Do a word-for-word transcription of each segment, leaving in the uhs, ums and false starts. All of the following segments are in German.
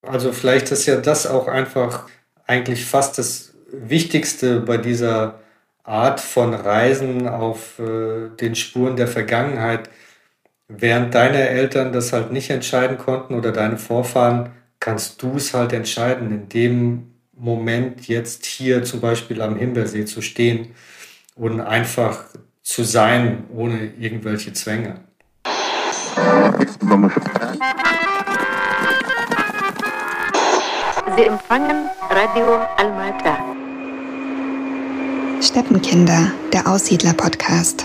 Also vielleicht ist ja das auch einfach eigentlich fast das Wichtigste bei dieser Art von Reisen auf äh, den Spuren der Vergangenheit. Während deine Eltern das halt nicht entscheiden konnten oder deine Vorfahren, kannst du es halt entscheiden, in dem Moment jetzt hier zum Beispiel am Himbeersee zu stehen und einfach zu sein, ohne irgendwelche Zwänge. Sie empfangen Radio Almata. Steppenkinder, der Aussiedler-Podcast.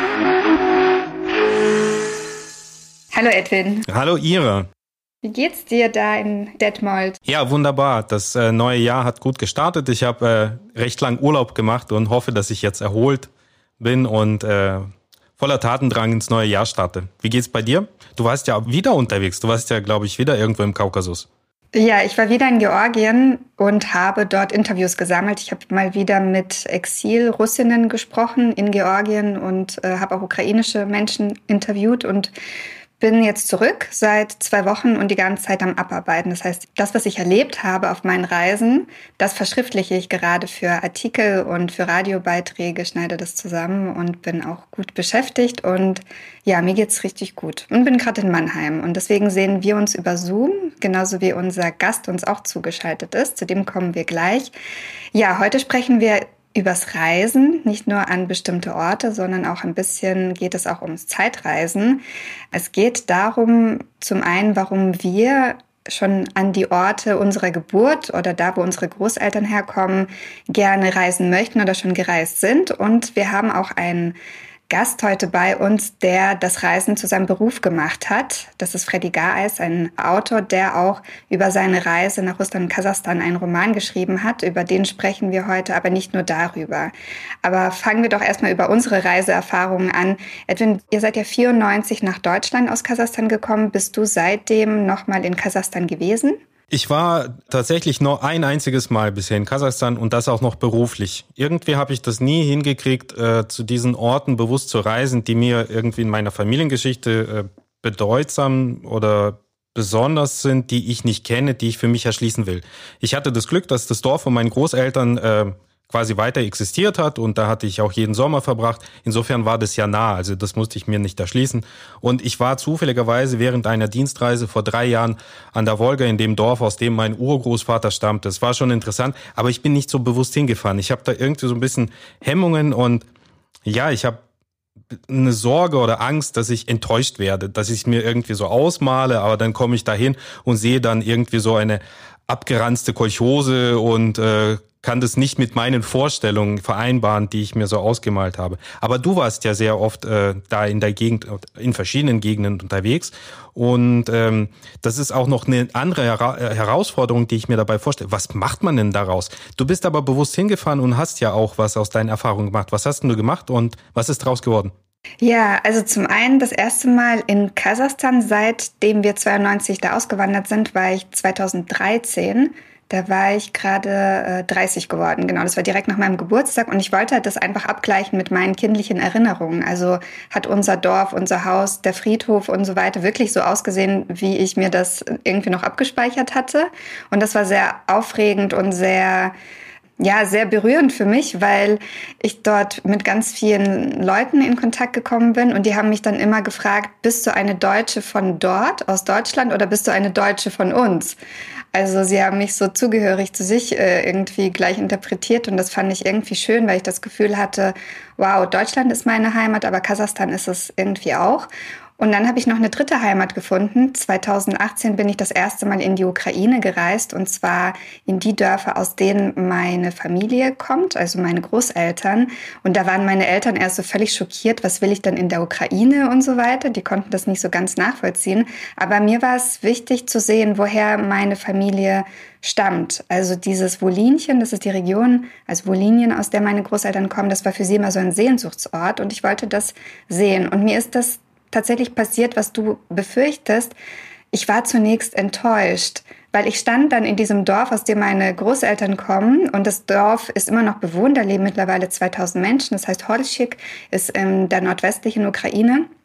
Hallo Edwin. Hallo Ira. Wie geht's dir da in Detmold? Ja, wunderbar. Das äh, neue Jahr hat gut gestartet. Ich habe äh, recht lang Urlaub gemacht und hoffe, dass ich jetzt erholt bin und äh, voller Tatendrang ins neue Jahr starte. Wie geht's bei dir? Du warst ja wieder unterwegs. Du warst ja, glaube ich, wieder irgendwo im Kaukasus. Ja, ich war wieder in Georgien und habe dort Interviews gesammelt. Ich habe mal wieder mit Exil-Russinnen gesprochen in Georgien und äh, habe auch ukrainische Menschen interviewt und bin jetzt zurück seit zwei Wochen und die ganze Zeit am Abarbeiten. Das heißt, das, was ich erlebt habe auf meinen Reisen, das verschriftliche ich gerade für Artikel und für Radiobeiträge, schneide das zusammen und bin auch gut beschäftigt. Und ja, mir geht's richtig gut und bin gerade in Mannheim. Und deswegen sehen wir uns über Zoom, genauso wie unser Gast uns auch zugeschaltet ist. Zu dem kommen wir gleich. Ja, heute sprechen wir übers Reisen, nicht nur an bestimmte Orte, sondern auch ein bisschen geht es auch ums Zeitreisen. Es geht darum, zum einen, warum wir schon an die Orte unserer Geburt oder da, wo unsere Großeltern herkommen, gerne reisen möchten oder schon gereist sind. Und wir haben auch einen Gast heute bei uns, der das Reisen zu seinem Beruf gemacht hat. Das ist Freddy Gareis, ein Autor, der auch über seine Reise nach Russland und Kasachstan einen Roman geschrieben hat. Über den sprechen wir heute, aber nicht nur darüber. Aber fangen wir doch erstmal über unsere Reiseerfahrungen an. Edwin, ihr seid ja vierundneunzig nach Deutschland aus Kasachstan gekommen. Bist du seitdem nochmal in Kasachstan gewesen? Ich war tatsächlich nur ein einziges Mal bisher in Kasachstan und das auch noch beruflich. Irgendwie habe ich das nie hingekriegt, äh, zu diesen Orten bewusst zu reisen, die mir irgendwie in meiner Familiengeschichte äh, bedeutsam oder besonders sind, die ich nicht kenne, die ich für mich erschließen will. Ich hatte das Glück, dass das Dorf von meinen Großeltern äh, quasi weiter existiert hat und da hatte ich auch jeden Sommer verbracht. Insofern war das ja nah, also das musste ich mir nicht erschließen. Und ich war zufälligerweise während einer Dienstreise vor drei Jahren an der Wolga in dem Dorf, aus dem mein Urgroßvater stammt. Das war schon interessant, aber ich bin nicht so bewusst hingefahren. Ich habe da irgendwie so ein bisschen Hemmungen und ja, ich habe eine Sorge oder Angst, dass ich enttäuscht werde, dass ich es mir irgendwie so ausmale, aber dann komme ich dahin und sehe dann irgendwie so eine abgeranzte Kolchose und äh, kann das nicht mit meinen Vorstellungen vereinbaren, die ich mir so ausgemalt habe. Aber du warst ja sehr oft äh, da in der Gegend, in verschiedenen Gegenden unterwegs. Und ähm, das ist auch noch eine andere Hera- Herausforderung, die ich mir dabei vorstelle. Was macht man denn daraus? Du bist aber bewusst hingefahren und hast ja auch was aus deinen Erfahrungen gemacht. Was hast denn du gemacht und was ist daraus geworden? Ja, also zum einen das erste Mal in Kasachstan, seitdem wir zweiundneunzig da ausgewandert sind, war ich zweitausenddreizehn. Da war ich gerade äh, dreißig geworden, genau. Das war direkt nach meinem Geburtstag und ich wollte halt das einfach abgleichen mit meinen kindlichen Erinnerungen. Also hat unser Dorf, unser Haus, der Friedhof und so weiter wirklich so ausgesehen, wie ich mir das irgendwie noch abgespeichert hatte. Und das war sehr aufregend und sehr, ja, sehr berührend für mich, weil ich dort mit ganz vielen Leuten in Kontakt gekommen bin und die haben mich dann immer gefragt, bist du eine Deutsche von dort, aus Deutschland oder bist du eine Deutsche von uns? Also sie haben mich so zugehörig zu sich äh, irgendwie gleich interpretiert und das fand ich irgendwie schön, weil ich das Gefühl hatte, wow, Deutschland ist meine Heimat, aber Kasachstan ist es irgendwie auch. Und dann habe ich noch eine dritte Heimat gefunden. zweitausendachtzehn bin ich das erste Mal in die Ukraine gereist und zwar in die Dörfer, aus denen meine Familie kommt, also meine Großeltern. Und da waren meine Eltern erst so völlig schockiert, was will ich denn in der Ukraine und so weiter. Die konnten das nicht so ganz nachvollziehen. Aber mir war es wichtig zu sehen, woher meine Familie stammt. Also dieses Wolinchen, das ist die Region, also Wolinien, aus der meine Großeltern kommen, das war für sie immer so ein Sehnsuchtsort und ich wollte das sehen. Und mir ist das tatsächlich passiert, was du befürchtest. Ich war zunächst enttäuscht, weil ich stand dann in diesem Dorf, aus dem meine Großeltern kommen und das Dorf ist immer noch bewohnt, da leben mittlerweile zweitausend Menschen, das heißt Holschik, ist in der nordwestlichen Ukraine.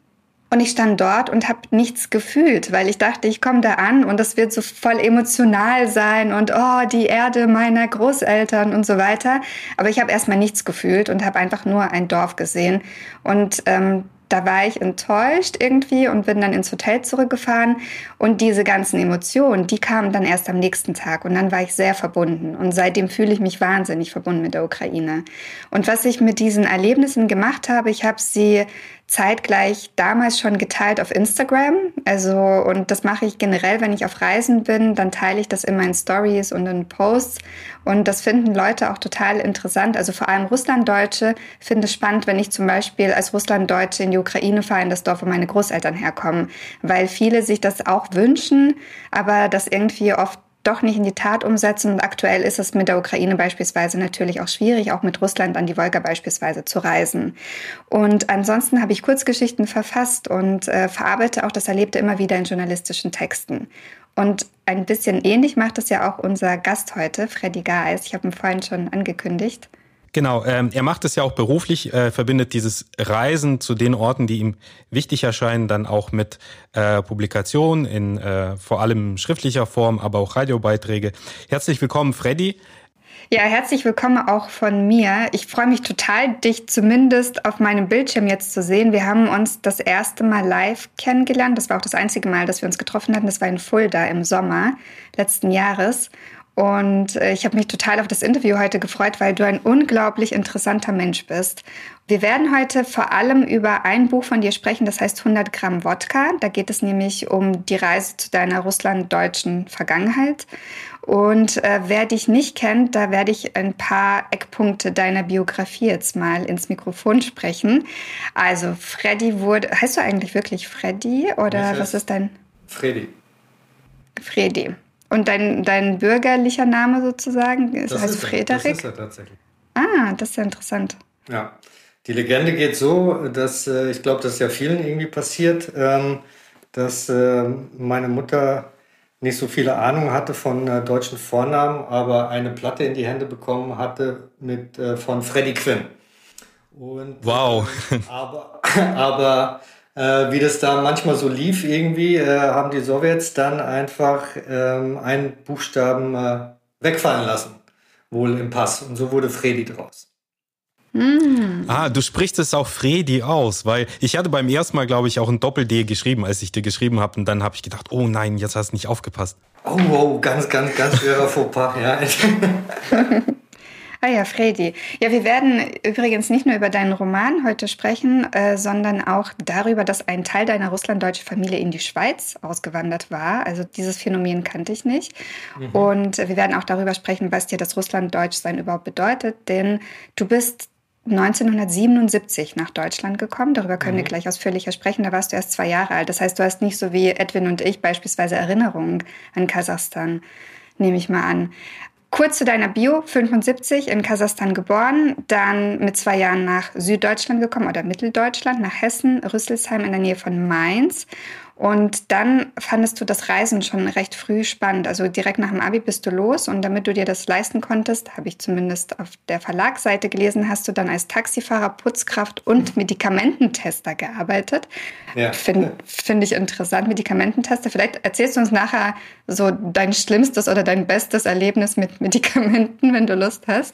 Und ich stand dort und habe nichts gefühlt, weil ich dachte, ich komme da an und das wird so voll emotional sein und oh, die Erde meiner Großeltern und so weiter. Aber ich habe erstmal nichts gefühlt und habe einfach nur ein Dorf gesehen. Und ähm, da war ich enttäuscht irgendwie und bin dann ins Hotel zurückgefahren. Und diese ganzen Emotionen, die kamen dann erst am nächsten Tag. Und dann war ich sehr verbunden. Und seitdem fühle ich mich wahnsinnig verbunden mit der Ukraine. Und was ich mit diesen Erlebnissen gemacht habe, ich habe sie zeitgleich damals schon geteilt auf Instagram. Also, und das mache ich generell, wenn ich auf Reisen bin, dann teile ich das in meinen Stories und in Posts. Und das finden Leute auch total interessant. Also vor allem Russlanddeutsche finden es spannend, wenn ich zum Beispiel als Russlanddeutsche in die Ukraine fahre, in das Dorf, wo meine Großeltern herkommen. Weil viele sich das auch wünschen, aber das irgendwie oft doch nicht in die Tat umsetzen. Und aktuell ist es mit der Ukraine beispielsweise natürlich auch schwierig, auch mit Russland an die Wolga beispielsweise zu reisen. Und ansonsten habe ich Kurzgeschichten verfasst und äh, verarbeite auch das Erlebte immer wieder in journalistischen Texten. Und ein bisschen ähnlich macht es ja auch unser Gast heute, Freddy Gaeis. Ich habe ihn vorhin schon angekündigt. Genau, ähm, er macht es ja auch beruflich, äh, verbindet dieses Reisen zu den Orten, die ihm wichtig erscheinen, dann auch mit äh, Publikationen in äh, vor allem schriftlicher Form, aber auch Radiobeiträge. Herzlich willkommen, Freddy. Ja, herzlich willkommen auch von mir. Ich freue mich total, dich zumindest auf meinem Bildschirm jetzt zu sehen. Wir haben uns das erste Mal live kennengelernt. Das war auch das einzige Mal, dass wir uns getroffen hatten. Das war in Fulda im Sommer letzten Jahres. Und ich habe mich total auf das Interview heute gefreut, weil du ein unglaublich interessanter Mensch bist. Wir werden heute vor allem über ein Buch von dir sprechen, das heißt hundert Gramm Wodka. Da geht es nämlich um die Reise zu deiner russlanddeutschen Vergangenheit. Und äh, wer dich nicht kennt, da werde ich ein paar Eckpunkte deiner Biografie jetzt mal ins Mikrofon sprechen. Also Freddy wurde, heißt du eigentlich wirklich Freddy oder was ist dein? Freddy. Freddy. Und dein, dein bürgerlicher Name sozusagen, das heißt ist Frederik? Er, das ist er tatsächlich. Ah, das ist ja interessant. Ja, die Legende geht so, dass äh, ich glaube, das ist ja vielen irgendwie passiert, ähm, dass äh, meine Mutter nicht so viele Ahnung hatte von äh, deutschen Vornamen, aber eine Platte in die Hände bekommen hatte mit äh, von Freddie Quinn. Und, wow. Äh, aber aber Äh, wie das da manchmal so lief, irgendwie äh, haben die Sowjets dann einfach ähm, einen Buchstaben äh, wegfallen lassen, wohl im Pass. Und so wurde Freddy draus. Mm. Ah, du sprichst es auch Freddy aus, weil ich hatte beim ersten Mal, glaube ich, auch ein Doppel-D geschrieben, als ich dir geschrieben habe. Und dann habe ich gedacht, oh nein, jetzt hast du nicht aufgepasst. Oh, wow, ganz, ganz, ganz schwerer Fauxpas, ja. Ah ja, Freddy. Ja, wir werden übrigens nicht nur über deinen Roman heute sprechen, äh, sondern auch darüber, dass ein Teil deiner russlanddeutschen Familie in die Schweiz ausgewandert war. Also dieses Phänomen kannte ich nicht. Mhm. Und wir werden auch darüber sprechen, was dir das Russlanddeutschsein überhaupt bedeutet. Denn du bist neunzehnhundertsiebenundsiebzig nach Deutschland gekommen. Darüber können mhm. wir gleich ausführlicher sprechen. Da warst du erst zwei Jahre alt. Das heißt, du hast nicht so wie Edwin und ich beispielsweise Erinnerungen an Kasachstan, nehme ich mal an. Kurz zu deiner Bio, fünfundsiebzig in Kasachstan geboren, dann mit zwei Jahren nach Süddeutschland gekommen oder Mitteldeutschland, nach Hessen, Rüsselsheim in der Nähe von Mainz. Und dann fandest du das Reisen schon recht früh spannend. Also direkt nach dem Abi bist du los und damit du dir das leisten konntest, habe ich zumindest auf der Verlagsseite gelesen, hast du dann als Taxifahrer, Putzkraft und Medikamententester gearbeitet. Ja. Finde find ich interessant, Medikamententester. Vielleicht erzählst du uns nachher so dein schlimmstes oder dein bestes Erlebnis mit Medikamenten, wenn du Lust hast.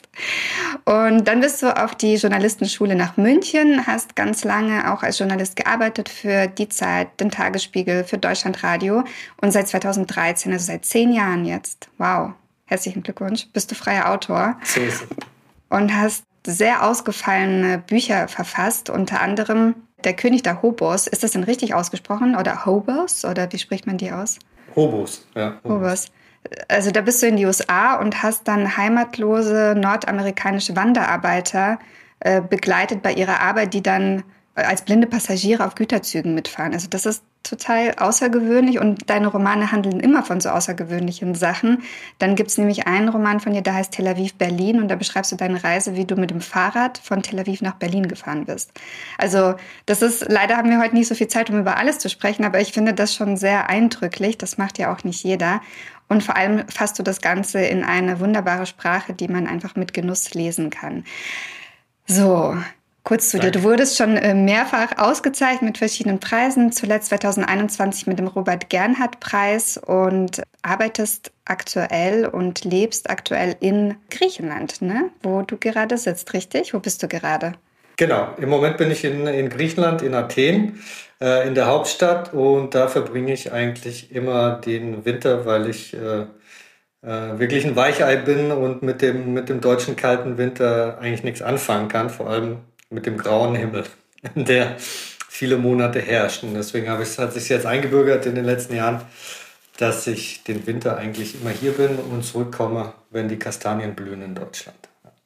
Und dann bist du auf die Journalistenschule nach München, hast ganz lange auch als Journalist gearbeitet für die Zeit, den Tagesspiegel, für Deutschlandradio und seit zweitausenddreizehn, also seit zehn Jahren jetzt, wow, herzlichen Glückwunsch, bist du freier Autor. So ist es. Und hast sehr ausgefallene Bücher verfasst, unter anderem Der König der Hobos. Ist das denn richtig ausgesprochen? Oder Hobos? Oder wie spricht man die aus? Hobos, ja. Hobos. Hobos. Also da bist du in die U S A und hast dann heimatlose nordamerikanische Wanderarbeiter äh, begleitet bei ihrer Arbeit, die dann als blinde Passagiere auf Güterzügen mitfahren. Also das ist total außergewöhnlich und deine Romane handeln immer von so außergewöhnlichen Sachen. Dann gibt es nämlich einen Roman von dir, der heißt Tel Aviv Berlin und da beschreibst du deine Reise, wie du mit dem Fahrrad von Tel Aviv nach Berlin gefahren bist. Also das ist, leider haben wir heute nicht so viel Zeit, um über alles zu sprechen, aber ich finde das schon sehr eindrücklich. Das macht ja auch nicht jeder. Und vor allem fasst du das Ganze in eine wunderbare Sprache, die man einfach mit Genuss lesen kann. So, Kurz zu Danke. dir. Du wurdest schon äh, mehrfach ausgezeichnet mit verschiedenen Preisen, zuletzt zwanzig einundzwanzig mit dem Robert-Gernhardt-Preis und arbeitest aktuell und lebst aktuell in Griechenland, ne? Wo du gerade sitzt, richtig? Wo bist du gerade? Genau, im Moment bin ich in, in Griechenland, in Athen, äh, in der Hauptstadt, und da verbringe ich eigentlich immer den Winter, weil ich äh, äh, wirklich ein Weichei bin und mit dem, mit dem deutschen kalten Winter eigentlich nichts anfangen kann, vor allem mit dem grauen Himmel, der viele Monate herrscht. Und deswegen habe ich, hat sich jetzt eingebürgert in den letzten Jahren, dass ich den Winter eigentlich immer hier bin und zurückkomme, wenn die Kastanien blühen in Deutschland.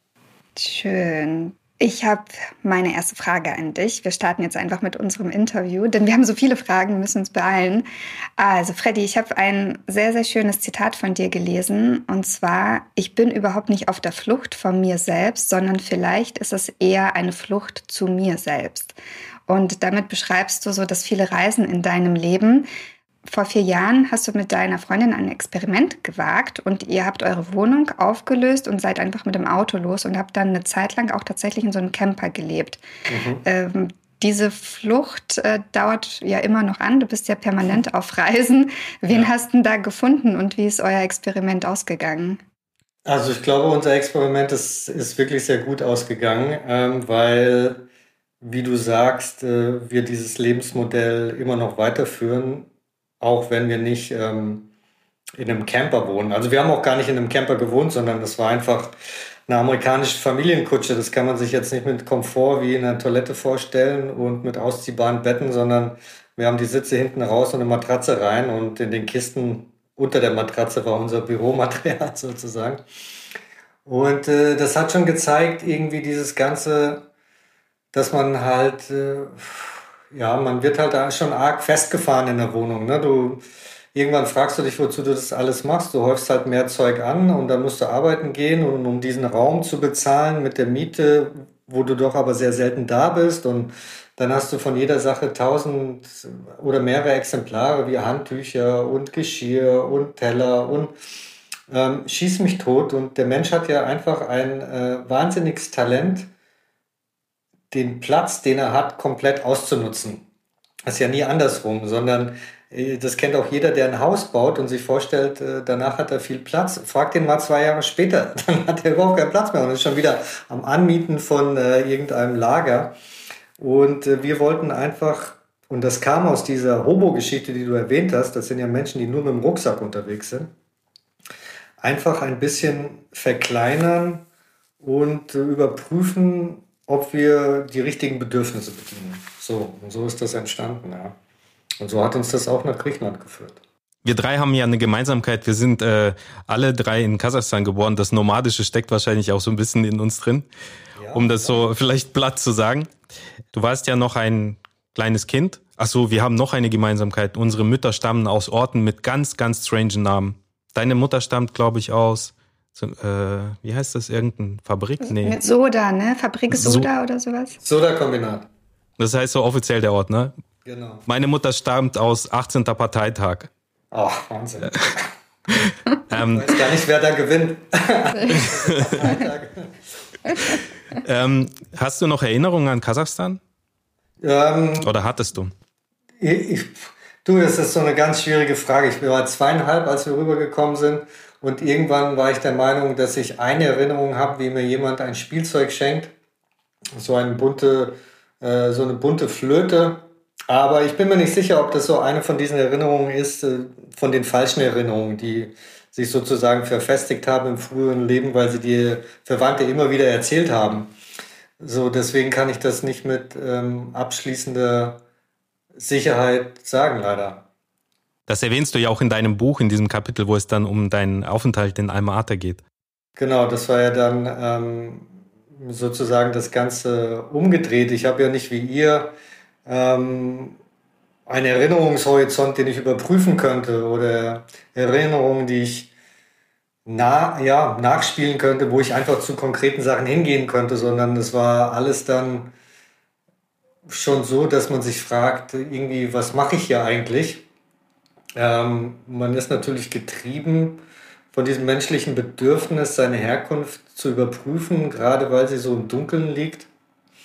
Schön. Ich habe meine erste Frage an dich. Wir starten jetzt einfach mit unserem Interview, denn wir haben so viele Fragen, müssen uns beeilen. Also Freddy, ich habe ein sehr, sehr schönes Zitat von dir gelesen. Und zwar: Ich bin überhaupt nicht auf der Flucht von mir selbst, sondern vielleicht ist es eher eine Flucht zu mir selbst. Und damit beschreibst du so das viele Reisen in deinem Leben. Vor vier Jahren hast du mit deiner Freundin ein Experiment gewagt und ihr habt eure Wohnung aufgelöst und seid einfach mit dem Auto los und habt dann eine Zeit lang auch tatsächlich in so einem Camper gelebt. Mhm. Ähm, diese Flucht äh, dauert ja immer noch an. Du bist ja permanent auf Reisen. Wen ja. hast du denn da gefunden und wie ist euer Experiment ausgegangen? Also ich glaube, unser Experiment ist, ist wirklich sehr gut ausgegangen, ähm, weil, wie du sagst, äh, wir dieses Lebensmodell immer noch weiterführen, auch wenn wir nicht ähm, in einem Camper wohnen. Also wir haben auch gar nicht in einem Camper gewohnt, sondern das war einfach eine amerikanische Familienkutsche. Das kann man sich jetzt nicht mit Komfort wie in einer Toilette vorstellen und mit ausziehbaren Betten, sondern wir haben die Sitze hinten raus und eine Matratze rein, und in den Kisten unter der Matratze war unser Büromaterial sozusagen. Und äh, das hat schon gezeigt, irgendwie dieses Ganze, dass man halt... Äh, Ja, man wird halt da schon arg festgefahren in der Wohnung. Ne? Du, irgendwann fragst du dich, wozu du das alles machst. Du häufst halt mehr Zeug an und dann musst du arbeiten gehen, und um diesen Raum zu bezahlen mit der Miete, wo du doch aber sehr selten da bist. Und dann hast du von jeder Sache tausend oder mehrere Exemplare wie Handtücher und Geschirr und Teller und ähm, schieß mich tot. Und der Mensch hat ja einfach ein äh, wahnsinniges Talent, den Platz, den er hat, komplett auszunutzen. Das ist ja nie andersrum, sondern äh, das kennt auch jeder, der ein Haus baut und sich vorstellt, äh, danach hat er viel Platz. Frag den mal zwei Jahre später, dann hat er überhaupt keinen Platz mehr und ist schon wieder am Anmieten von äh, irgendeinem Lager. Und äh, wir wollten einfach, und das kam aus dieser Hobo-Geschichte, die du erwähnt hast, das sind ja Menschen, die nur mit dem Rucksack unterwegs sind, einfach ein bisschen verkleinern und äh, überprüfen, ob wir die richtigen Bedürfnisse bedienen. So, und so ist das entstanden, ja. Und so hat uns das auch nach Griechenland geführt. Wir drei haben ja eine Gemeinsamkeit. Wir sind äh, alle drei in Kasachstan geboren. Das Nomadische steckt wahrscheinlich auch so ein bisschen in uns drin, ja, um das so vielleicht platt zu sagen. Du warst ja noch ein kleines Kind. Ach so, wir haben noch eine Gemeinsamkeit. Unsere Mütter stammen aus Orten mit ganz, ganz strangen Namen. Deine Mutter stammt, glaube ich, aus... So, äh, wie heißt das? Irgendeine Fabrik? Nee. Mit Soda, ne? Fabrik Soda so, oder sowas? Soda-Kombinat. Das heißt so offiziell der Ort, ne? Genau. Meine Mutter stammt aus achtzehnten Parteitag. Oh, Wahnsinn. ähm, ich weiß gar nicht, wer da gewinnt. ähm, hast du noch Erinnerungen an Kasachstan? Ähm, Oder hattest du? Ich, ich, du, das ist so eine ganz schwierige Frage. Ich war zweieinhalb, als wir rübergekommen sind. Und irgendwann war ich der Meinung, dass ich eine Erinnerung habe, wie mir jemand ein Spielzeug schenkt. So eine bunte, äh, so eine bunte Flöte. Aber ich bin mir nicht sicher, ob das so eine von diesen Erinnerungen ist, äh, von den falschen Erinnerungen, die sich sozusagen verfestigt haben im früheren Leben, weil sie die Verwandte immer wieder erzählt haben. So, deswegen kann ich das nicht mit ähm, abschließender Sicherheit sagen, leider. Das erwähnst du ja auch in deinem Buch, in diesem Kapitel, wo es dann um deinen Aufenthalt in Alma-Ata geht. Genau, das war ja dann ähm, sozusagen das Ganze umgedreht. Ich habe ja nicht wie ihr ähm, einen Erinnerungshorizont, den ich überprüfen könnte, oder Erinnerungen, die ich na, ja, nachspielen könnte, wo ich einfach zu konkreten Sachen hingehen könnte, sondern es war alles dann schon so, dass man sich fragt, irgendwie, was mache ich hier eigentlich? Ähm, man ist natürlich getrieben von diesem menschlichen Bedürfnis, seine Herkunft zu überprüfen, gerade weil sie so im Dunkeln liegt.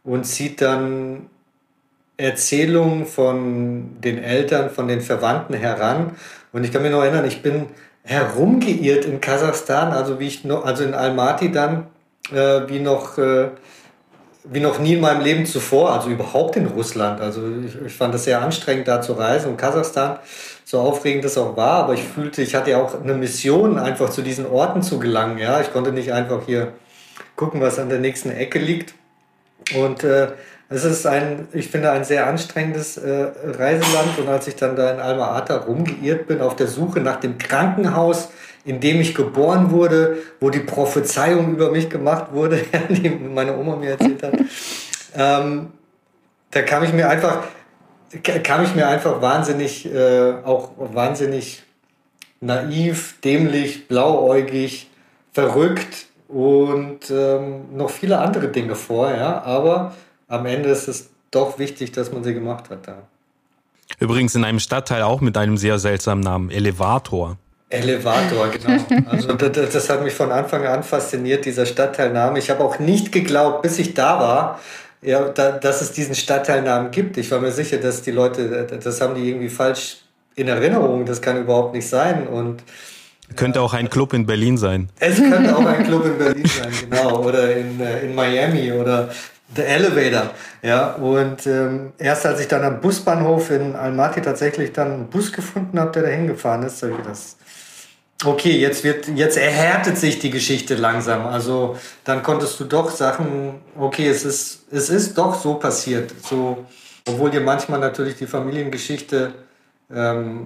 und zieht dann Erzählungen von den Eltern, von den Verwandten heran. Und ich kann mich noch erinnern, ich bin herumgeirrt in Kasachstan, also wie ich noch, also in Almaty dann, äh, wie noch, äh, wie noch nie in meinem Leben zuvor, also überhaupt in Russland. Also ich, ich fand es sehr anstrengend, da zu reisen, und Kasachstan, so aufregend es auch war, aber ich fühlte, ich hatte ja auch eine Mission, einfach zu diesen Orten zu gelangen. Ja, ich konnte nicht einfach hier gucken, was an der nächsten Ecke liegt. Und äh, es ist ein, ich finde, ein sehr anstrengendes äh, Reiseland. Und als ich dann da in Alma-Ata rumgeirrt bin, auf der Suche nach dem Krankenhaus, in dem ich geboren wurde, wo die Prophezeiung über mich gemacht wurde, die meine Oma mir erzählt hat, ähm, da kam ich mir einfach, kam ich mir einfach wahnsinnig, äh, auch wahnsinnig naiv, dämlich, blauäugig, verrückt und ähm, noch viele andere Dinge vor, ja, aber am Ende ist es doch wichtig, dass man sie gemacht hat. Ja. Übrigens in einem Stadtteil auch mit einem sehr seltsamen Namen, Elevator. Elevator, genau. Also das, das hat mich von Anfang an fasziniert, dieser Stadtteilname. Ich habe auch nicht geglaubt, bis ich da war, ja, da, dass es diesen Stadtteilnamen gibt. Ich war mir sicher, dass die Leute, das haben die irgendwie falsch in Erinnerung. Das kann überhaupt nicht sein. Und könnte auch ein Club in Berlin sein. Es könnte auch ein Club in Berlin sein, genau. Oder in, in Miami oder The Elevator. Ja, und ähm, erst als ich dann am Busbahnhof in Almaty tatsächlich dann einen Bus gefunden habe, der da hingefahren ist, habe ich gedacht, okay, jetzt wird, jetzt erhärtet sich die Geschichte langsam. Also dann konntest du doch Sachen, okay, es ist, es ist doch so passiert. So, obwohl dir manchmal natürlich die Familiengeschichte ähm,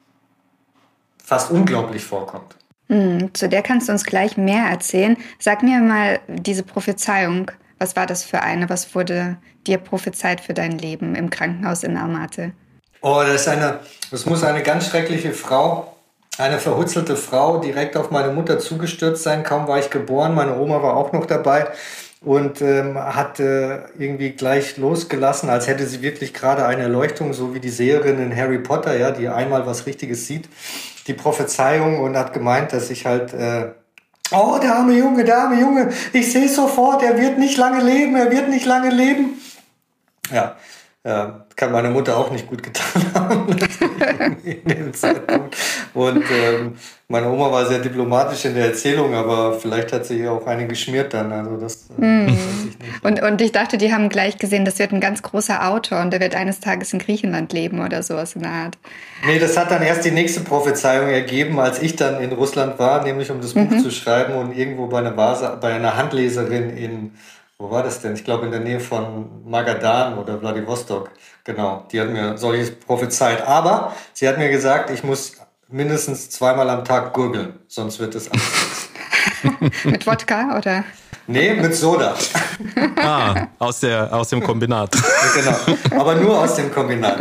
fast unglaublich vorkommt. Hm, zu der kannst du uns gleich mehr erzählen. Sag mir mal diese Prophezeiung. Was war das für eine? Was wurde dir prophezeit für dein Leben im Krankenhaus in Almaty? Oh, das ist eine, das muss eine ganz schreckliche Frau, eine verhutzelte Frau direkt auf meine Mutter zugestürzt sein. Kaum war ich geboren, meine Oma war auch noch dabei und ähm, hat äh, irgendwie gleich losgelassen, als hätte sie wirklich gerade eine Erleuchtung, so wie die Seherin in Harry Potter, ja, die einmal was Richtiges sieht, die Prophezeiung, und hat gemeint, dass ich halt äh, oh, der arme Junge, der arme Junge, ich sehe sofort, er wird nicht lange leben, er wird nicht lange leben. Ja, ja, kann meine Mutter auch nicht gut getan haben in dem Zeitpunkt. Und ähm, meine Oma war sehr diplomatisch in der Erzählung, aber vielleicht hat sie auch eine geschmiert dann. Also das äh, mm. weiß ich nicht. Und, und ich dachte, die haben gleich gesehen, das wird ein ganz großer Autor und der wird eines Tages in Griechenland leben oder sowas in der Art. Nee, das hat dann erst die nächste Prophezeiung ergeben, als ich dann in Russland war, nämlich um das Buch mhm. zu schreiben, und irgendwo bei einer, Vasa, bei einer Handleserin in, wo war das denn? Ich glaube in der Nähe von Magadan oder Wladiwostok. Genau, die hat mir solches prophezeit. Aber sie hat mir gesagt, ich muss mindestens zweimal am Tag gurgeln, sonst wird es anders. Mit Wodka oder? Nee, mit Soda. Ah, aus, der, aus dem Kombinat. Genau, aber nur aus dem Kombinat.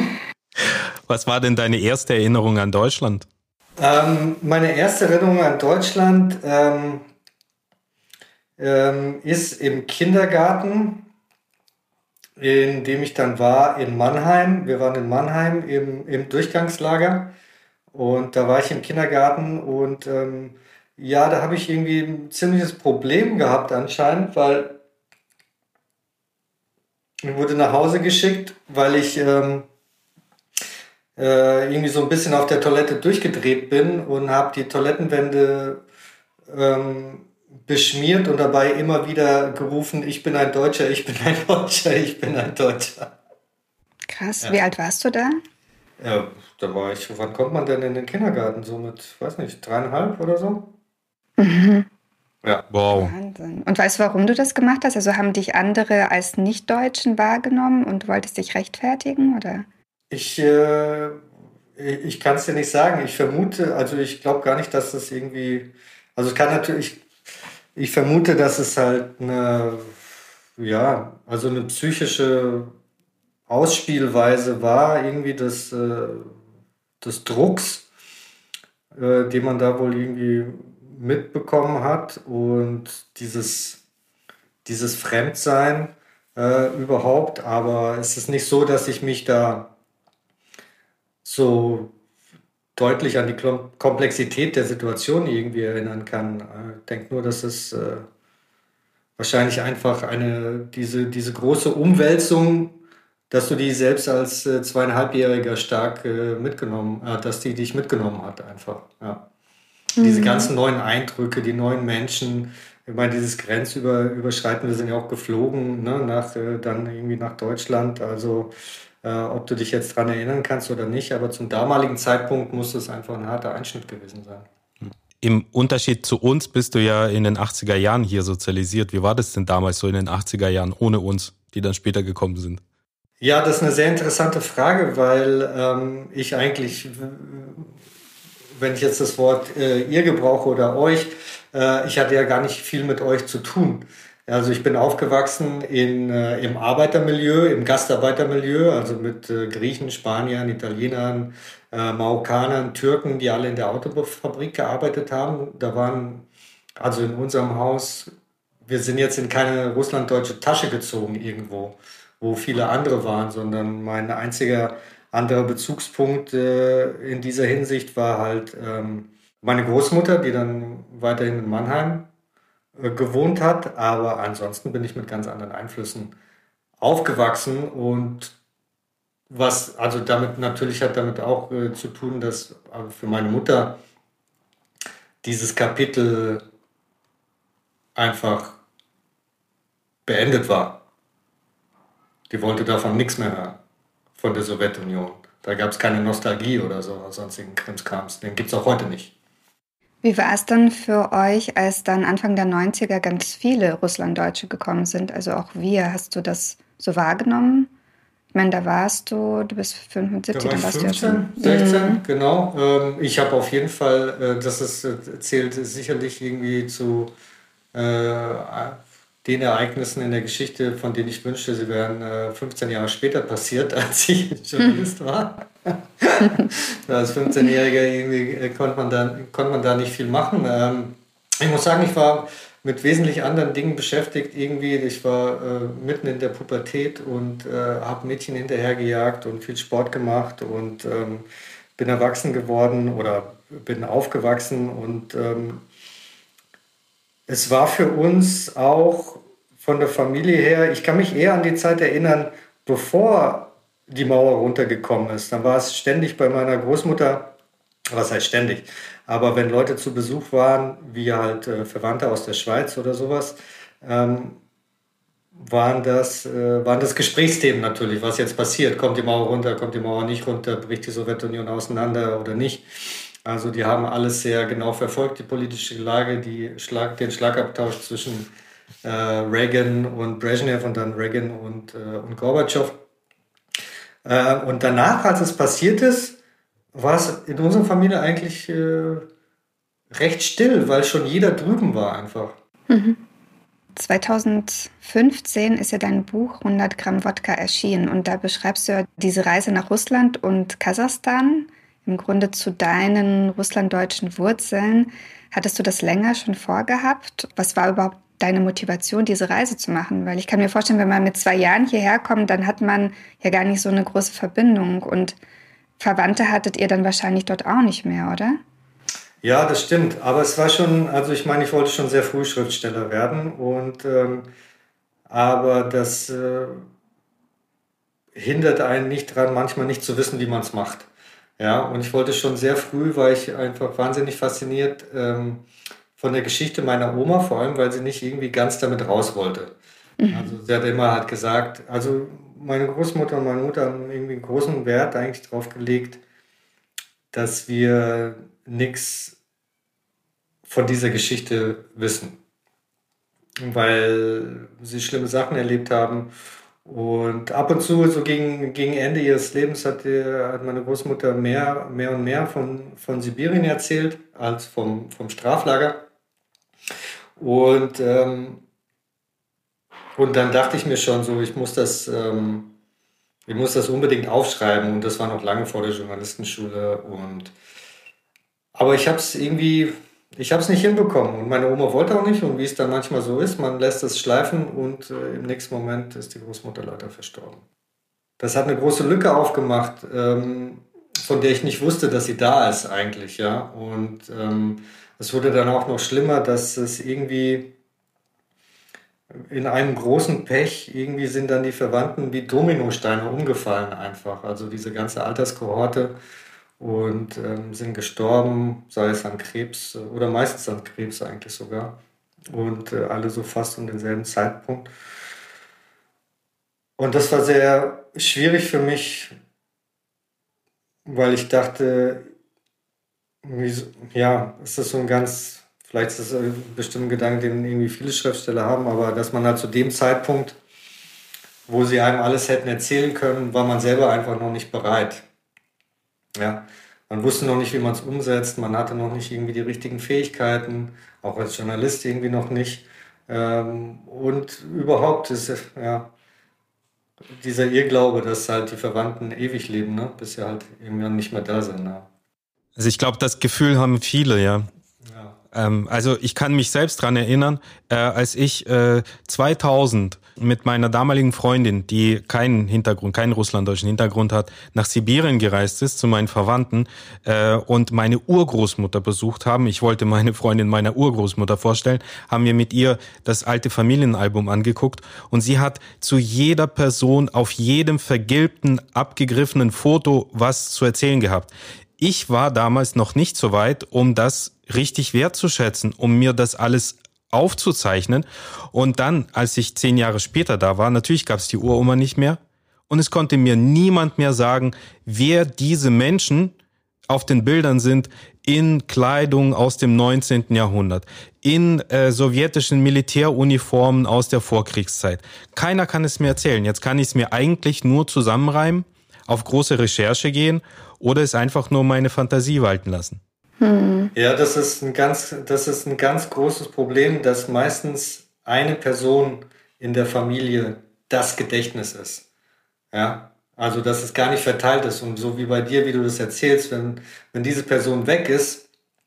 Was war denn deine erste Erinnerung an Deutschland? Ähm, meine erste Erinnerung an Deutschland ähm, ähm, ist im Kindergarten, in dem ich dann war in Mannheim. Wir waren in Mannheim im, im Durchgangslager und da war ich im Kindergarten und ähm, ja, da habe ich irgendwie ein ziemliches Problem gehabt anscheinend, weil ich wurde nach Hause geschickt, weil ich ähm, äh, irgendwie so ein bisschen auf der Toilette durchgedreht bin und habe die Toilettenwände ähm, beschmiert und dabei immer wieder gerufen, ich bin ein Deutscher, ich bin ein Deutscher, ich bin ein Deutscher. Krass, ja. Wie alt warst du da? Ja, da war ich, wann kommt man denn in den Kindergarten? So mit, weiß nicht, dreieinhalb oder so? Mhm. Ja. Wow. Wahnsinn. Und weißt du, warum du das gemacht hast? Also haben dich andere als Nicht-Deutschen wahrgenommen und du wolltest dich rechtfertigen, oder? Ich, äh, ich kann es dir nicht sagen. Ich vermute, also ich glaube gar nicht, dass das irgendwie, also es kann natürlich, ich vermute, dass es halt eine, ja, also eine psychische Ausspielweise war, irgendwie des, äh, des Drucks, äh, den man da wohl irgendwie mitbekommen hat, und dieses, dieses Fremdsein äh, überhaupt. Aber es ist nicht so, dass ich mich da so deutlich an die Komplexität der Situation irgendwie erinnern kann. Ich denke nur, dass es, äh, wahrscheinlich einfach eine, diese, diese große Umwälzung, dass du die selbst als äh, zweieinhalbjähriger stark äh, mitgenommen, äh, dass die dich mitgenommen hat einfach, ja. Mhm. Diese ganzen neuen Eindrücke, die neuen Menschen, ich meine, dieses Grenzüberschreiten, wir sind ja auch geflogen, ne, nach, äh, dann irgendwie nach Deutschland, also äh, ob du dich jetzt dran erinnern kannst oder nicht, aber zum damaligen Zeitpunkt muss es einfach ein harter Einschnitt gewesen sein. Im Unterschied zu uns bist du ja in den achtziger Jahren hier sozialisiert. Wie war das denn damals so in den achtziger Jahren ohne uns, die dann später gekommen sind? Ja, das ist eine sehr interessante Frage, weil ähm, ich eigentlich, wenn ich jetzt das Wort äh, ihr gebrauche oder euch, äh, ich hatte ja gar nicht viel mit euch zu tun. Also ich bin aufgewachsen in, äh, im Arbeitermilieu, im Gastarbeitermilieu, also mit äh, Griechen, Spaniern, Italienern, äh, Marokkanern, Türken, die alle in der Autofabrik gearbeitet haben. Da waren also in unserem Haus, wir sind jetzt in keine russlanddeutsche Tasche gezogen irgendwo, wo viele andere waren, sondern mein einziger anderer Bezugspunkt äh, in dieser Hinsicht war halt ähm, meine Großmutter, die dann weiterhin in Mannheim äh, gewohnt hat, aber ansonsten bin ich mit ganz anderen Einflüssen aufgewachsen und was, also damit natürlich hat damit auch äh, zu tun, dass äh, für meine Mutter dieses Kapitel einfach beendet war. Die wollte davon nichts mehr hören, von der Sowjetunion. Da gab es keine Nostalgie oder so, sonstigen Krimskrams. Den gibt es auch heute nicht. Wie war es dann für euch, als dann Anfang der neunziger ganz viele Russlanddeutsche gekommen sind? Also auch wir, hast du das so wahrgenommen? Ich meine, da warst du, du bist fünfundsiebzig, da war dann warst fünfzehn, du ja schon. sechzehn, Mhm. genau. Ich habe auf jeden Fall, das ist, zählt sicherlich irgendwie zu äh, den Ereignissen in der Geschichte, von denen ich wünschte, sie wären äh, fünfzehn Jahre später passiert, als ich Journalist war. Als fünfzehnjähriger irgendwie äh, konnte man, da, konnte man da nicht viel machen. Ähm, ich muss sagen, ich war mit wesentlich anderen Dingen beschäftigt. Irgendwie, ich war äh, mitten in der Pubertät und äh, habe Mädchen hinterhergejagt und viel Sport gemacht und ähm, bin erwachsen geworden oder bin aufgewachsen und ähm, es war für uns auch von der Familie her, ich kann mich eher an die Zeit erinnern, bevor die Mauer runtergekommen ist. Dann war es ständig bei meiner Großmutter, was heißt ständig, aber wenn Leute zu Besuch waren, wie halt äh, Verwandte aus der Schweiz oder sowas, ähm, waren, das, äh, waren das Gesprächsthemen natürlich, was jetzt passiert. Kommt die Mauer runter, kommt die Mauer nicht runter, bricht die Sowjetunion auseinander oder nicht. Also die haben alles sehr genau verfolgt, die politische Lage, die Schlag, den Schlagabtausch zwischen äh, Reagan und Brezhnev und dann Reagan und, äh, und Gorbatschow. Äh, und danach, als es passiert ist, war es in unserer Familie eigentlich äh, recht still, weil schon jeder drüben war einfach. Mhm. zweitausendfünfzehn ist ja dein Buch hundert Gramm Wodka erschienen und da beschreibst du ja diese Reise nach Russland und Kasachstan. Im Grunde zu deinen russlanddeutschen Wurzeln. Hattest du das länger schon vorgehabt? Was war überhaupt deine Motivation, diese Reise zu machen? Weil ich kann mir vorstellen, wenn man mit zwei Jahren hierher kommt, dann hat man ja gar nicht so eine große Verbindung. Und Verwandte hattet ihr dann wahrscheinlich dort auch nicht mehr, oder? Ja, das stimmt. Aber es war schon, also ich meine, ich wollte schon sehr früh Schriftsteller werden. Und ähm, aber das äh, hindert einen nicht daran, manchmal nicht zu wissen, wie man es macht. Ja, und ich wollte schon sehr früh, war ich einfach wahnsinnig fasziniert ähm, von der Geschichte meiner Oma, vor allem, weil sie nicht irgendwie ganz damit raus wollte. Mhm. Also sie hat immer halt gesagt, also meine Großmutter und meine Mutter haben irgendwie einen großen Wert eigentlich drauf gelegt, dass wir nichts von dieser Geschichte wissen, weil sie schlimme Sachen erlebt haben. Und ab und zu, so gegen, gegen Ende ihres Lebens, hat, hat meine Großmutter mehr, mehr und mehr von, von Sibirien erzählt, als vom, vom Straflager. Und, ähm, und dann dachte ich mir schon so, ich muss das, ähm, ich muss das unbedingt aufschreiben. Und das war noch lange vor der Journalistenschule. Und, aber ich habe es irgendwie... Ich habe es nicht hinbekommen und meine Oma wollte auch nicht und wie es dann manchmal so ist, man lässt es schleifen und äh, im nächsten Moment ist die Großmutter leider verstorben. Das hat eine große Lücke aufgemacht, ähm, von der ich nicht wusste, dass sie da ist eigentlich, ja. Und ähm, es wurde dann auch noch schlimmer, dass es irgendwie in einem großen Pech, irgendwie sind dann die Verwandten wie Dominosteine umgefallen einfach. Also diese ganze Alterskohorte und ähm, sind gestorben, sei es an Krebs äh, oder meistens an Krebs eigentlich sogar. Und äh, alle so fast um denselben Zeitpunkt. Und das war sehr schwierig für mich, weil ich dachte, wieso- ja, es ist so ein ganz, vielleicht ist es ein bestimmter Gedanke, den irgendwie viele Schriftsteller haben, aber dass man halt zu dem Zeitpunkt, wo sie einem alles hätten erzählen können, war man selber einfach noch nicht bereit. Ja, man wusste noch nicht, wie man es umsetzt, man hatte noch nicht irgendwie die richtigen Fähigkeiten, auch als Journalist irgendwie noch nicht. Ähm, und überhaupt ist es, ja, dieser Irrglaube, dass halt die Verwandten ewig leben, ne? Bis sie halt irgendwann nicht mehr da sind. Ne? Also ich glaube, das Gefühl haben viele, ja. Ja. Ähm, also ich kann mich selbst dran erinnern, äh, als ich äh, zweitausend mit meiner damaligen Freundin, die keinen Hintergrund, keinen russlanddeutschen Hintergrund hat, nach Sibirien gereist ist zu meinen Verwandten äh, und meine Urgroßmutter besucht haben. Ich wollte meine Freundin meiner Urgroßmutter vorstellen, haben wir mit ihr das alte Familienalbum angeguckt und sie hat zu jeder Person auf jedem vergilbten, abgegriffenen Foto was zu erzählen gehabt. Ich war damals noch nicht so weit, um das richtig wertzuschätzen, um mir das alles aufzuzeichnen. Und dann, als ich zehn Jahre später da war, natürlich gab es die Uroma nicht mehr. Und es konnte mir niemand mehr sagen, wer diese Menschen auf den Bildern sind in Kleidung aus dem neunzehnten Jahrhundert, in äh, sowjetischen Militäruniformen aus der Vorkriegszeit. Keiner kann es mir erzählen. Jetzt kann ich es mir eigentlich nur zusammenreimen, auf große Recherche gehen oder es einfach nur meine Fantasie walten lassen. Hm. Ja, das ist ein ganz, das ist ein ganz großes Problem, dass meistens eine Person in der Familie das Gedächtnis ist. Ja, also dass es gar nicht verteilt ist. Und so wie bei dir, wie du das erzählst, wenn, wenn diese Person weg ist,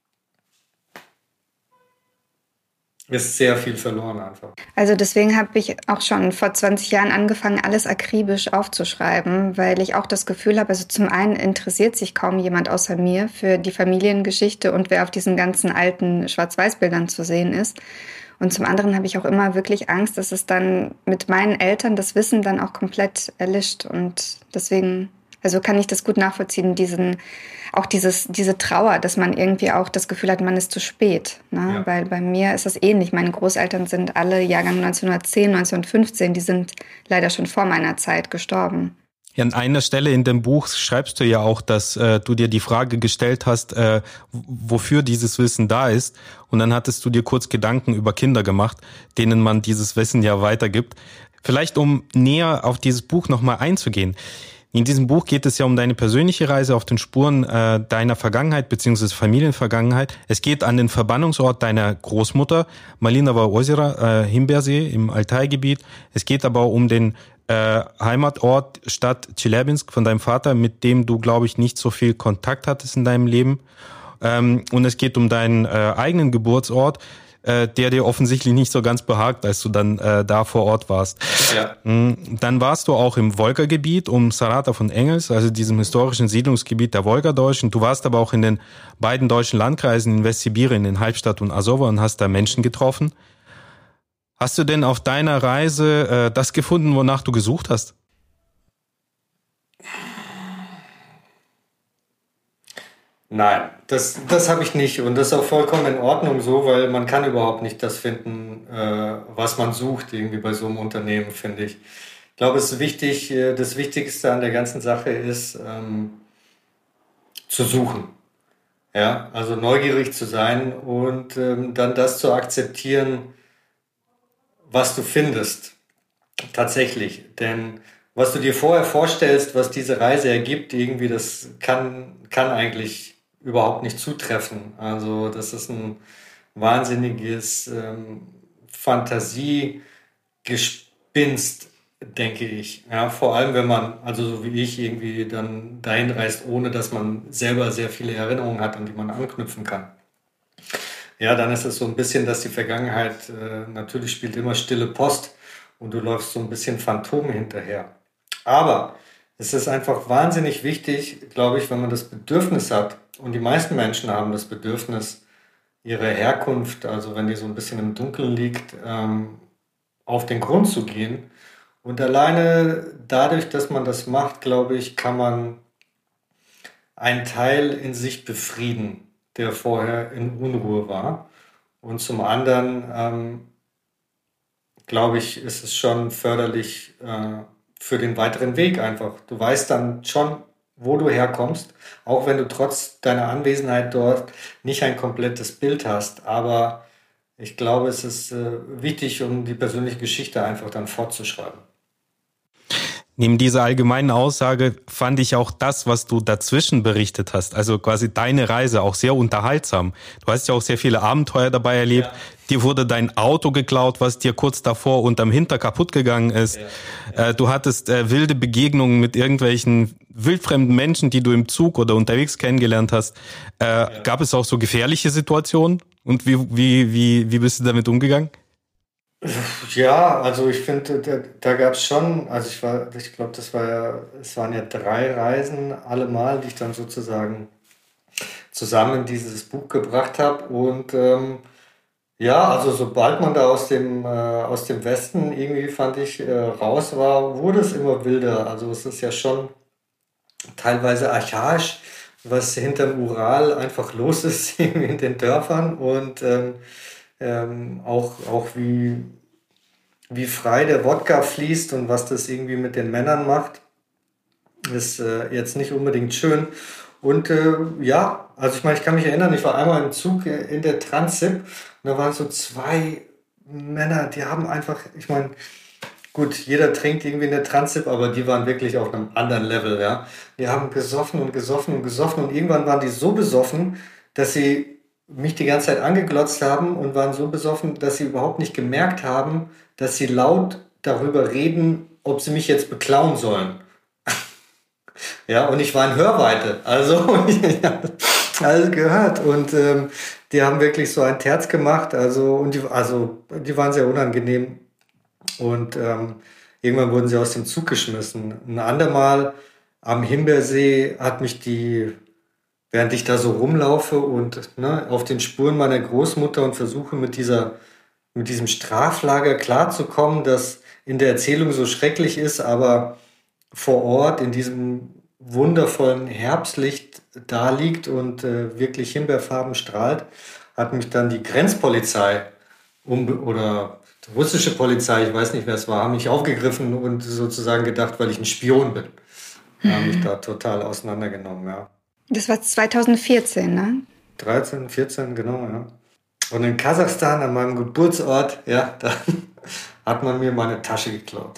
ist sehr viel verloren einfach. Also deswegen habe ich auch schon vor zwanzig Jahren angefangen, alles akribisch aufzuschreiben, weil ich auch das Gefühl habe, also zum einen interessiert sich kaum jemand außer mir für die Familiengeschichte und wer auf diesen ganzen alten Schwarz-Weiß-Bildern zu sehen ist. Und zum anderen habe ich auch immer wirklich Angst, dass es dann mit meinen Eltern das Wissen dann auch komplett erlischt. Und deswegen, also kann ich das gut nachvollziehen, diesen, auch dieses, diese Trauer, dass man irgendwie auch das Gefühl hat, man ist zu spät. Ne? Ja. Weil bei mir ist das ähnlich. Meine Großeltern sind alle Jahrgang neunzehnhundertzehn, neunzehnhundertfünfzehn, die sind leider schon vor meiner Zeit gestorben. Ja, an einer Stelle in dem Buch schreibst du ja auch, dass äh, du dir die Frage gestellt hast, äh, wofür dieses Wissen da ist. Und dann hattest du dir kurz Gedanken über Kinder gemacht, denen man dieses Wissen ja weitergibt. Vielleicht um näher auf dieses Buch nochmal einzugehen. In diesem Buch geht es ja um deine persönliche Reise auf den Spuren äh, deiner Vergangenheit bzw. Familienvergangenheit. Es geht an den Verbannungsort deiner Großmutter, Malinovo Ozero, äh, Himbeersee im Altaigebiet. Es geht aber um den äh, Heimatort, Stadt Tscheljabinsk von deinem Vater, mit dem du, glaube ich, nicht so viel Kontakt hattest in deinem Leben. Ähm, und es geht um deinen äh, eigenen Geburtsort, äh, der dir offensichtlich nicht so ganz behagt, als du dann äh, da vor Ort warst. Ja. Dann warst du auch im Wolgagebiet um Saratov und Engels, also diesem historischen Siedlungsgebiet der Wolgadeutschen. Du warst aber auch in den beiden deutschen Landkreisen in Westsibirien, in Halbstadt und Asovo und hast da Menschen getroffen. Hast du denn auf deiner Reise äh, das gefunden, wonach du gesucht hast? Nein, das, das habe ich nicht und das ist auch vollkommen in Ordnung so, weil man kann überhaupt nicht das finden, äh, was man sucht irgendwie bei so einem Unternehmen, finde ich. Ich glaube, es ist wichtig, äh, das Wichtigste an der ganzen Sache ist, ähm, zu suchen. Ja, also neugierig zu sein und ähm, dann das zu akzeptieren, was du findest. Tatsächlich. Denn was du dir vorher vorstellst, was diese Reise ergibt, irgendwie, das kann, kann eigentlich überhaupt nicht zutreffen. Also das ist ein wahnsinniges ähm, Fantasiegespinst, denke ich. Ja, vor allem, wenn man, also so wie ich, irgendwie dann dahin reist, ohne dass man selber sehr viele Erinnerungen hat, an die man anknüpfen kann. Ja, dann ist es so ein bisschen, dass die Vergangenheit äh, natürlich spielt immer stille Post und du läufst so ein bisschen Phantom hinterher. Aber es ist einfach wahnsinnig wichtig, glaube ich, wenn man das Bedürfnis hat, und die meisten Menschen haben das Bedürfnis, ihre Herkunft, also wenn die so ein bisschen im Dunkeln liegt, ähm, auf den Grund zu gehen. Und alleine dadurch, dass man das macht, glaube ich, kann man einen Teil in sich befrieden, der vorher in Unruhe war. Und zum anderen, ähm, glaube ich, ist es schon förderlich äh, für den weiteren Weg einfach. Du weißt dann schon, wo du herkommst, auch wenn du trotz deiner Anwesenheit dort nicht ein komplettes Bild hast. Aber ich glaube, es ist äh, wichtig, um die persönliche Geschichte einfach dann fortzuschreiben. Neben dieser allgemeinen Aussage fand ich auch das, was du dazwischen berichtet hast, also quasi deine Reise, auch sehr unterhaltsam. Du hast ja auch sehr viele Abenteuer dabei erlebt. Ja. Dir wurde dein Auto geklaut, was dir kurz davor unterm Hinter kaputt gegangen ist. Ja. Ja. Du hattest äh, wilde Begegnungen mit irgendwelchen wildfremden Menschen, die du im Zug oder unterwegs kennengelernt hast. Äh, ja. Gab es auch so gefährliche Situationen? Und wie, wie, wie, wie bist du damit umgegangen? Ja, also ich finde, da, da gab es schon, also ich war, ich glaube, das war ja, es waren ja drei Reisen allemal, die ich dann sozusagen zusammen in dieses Buch gebracht habe. Und ähm, ja, also sobald man da aus dem, äh, aus dem Westen irgendwie, fand ich, äh, raus war, wurde es immer wilder. Also es ist ja schon teilweise archaisch, was hinterm Ural einfach los ist in den Dörfern und ähm, Ähm, auch, auch wie, wie frei der Wodka fließt und was das irgendwie mit den Männern macht, ist äh, jetzt nicht unbedingt schön. Und äh, ja, also ich meine, ich kann mich erinnern, ich war einmal im Zug in der Transip und da waren so zwei Männer, die haben einfach, ich meine, gut, jeder trinkt irgendwie in der Transip, aber die waren wirklich auf einem anderen Level, ja. Die haben gesoffen und gesoffen und gesoffen und irgendwann waren die so besoffen, dass sie mich die ganze Zeit angeglotzt haben und waren so besoffen, dass sie überhaupt nicht gemerkt haben, dass sie laut darüber reden, ob sie mich jetzt beklauen sollen. Ja, und ich war in Hörweite, also ich habe alles gehört und ähm, die haben wirklich so ein Terz gemacht, also und die, also die waren sehr unangenehm und ähm, irgendwann wurden sie aus dem Zug geschmissen. Ein andermal am Himbeersee hat mich die während ich da so rumlaufe und ne, auf den Spuren meiner Großmutter und versuche mit dieser, mit diesem Straflager klarzukommen, das in der Erzählung so schrecklich ist, aber vor Ort in diesem wundervollen Herbstlicht da liegt und äh, wirklich himbeerfarben strahlt, hat mich dann die Grenzpolizei um, oder die russische Polizei, ich weiß nicht, wer es war, haben mich aufgegriffen und sozusagen gedacht, weil ich ein Spion bin. Mhm. Haben mich da total auseinandergenommen, ja. Das war zweitausendvierzehn, ne? dreizehn, vierzehn, genau, ja. Und in Kasachstan, an meinem Geburtsort, ja, da hat man mir meine Tasche geklaut.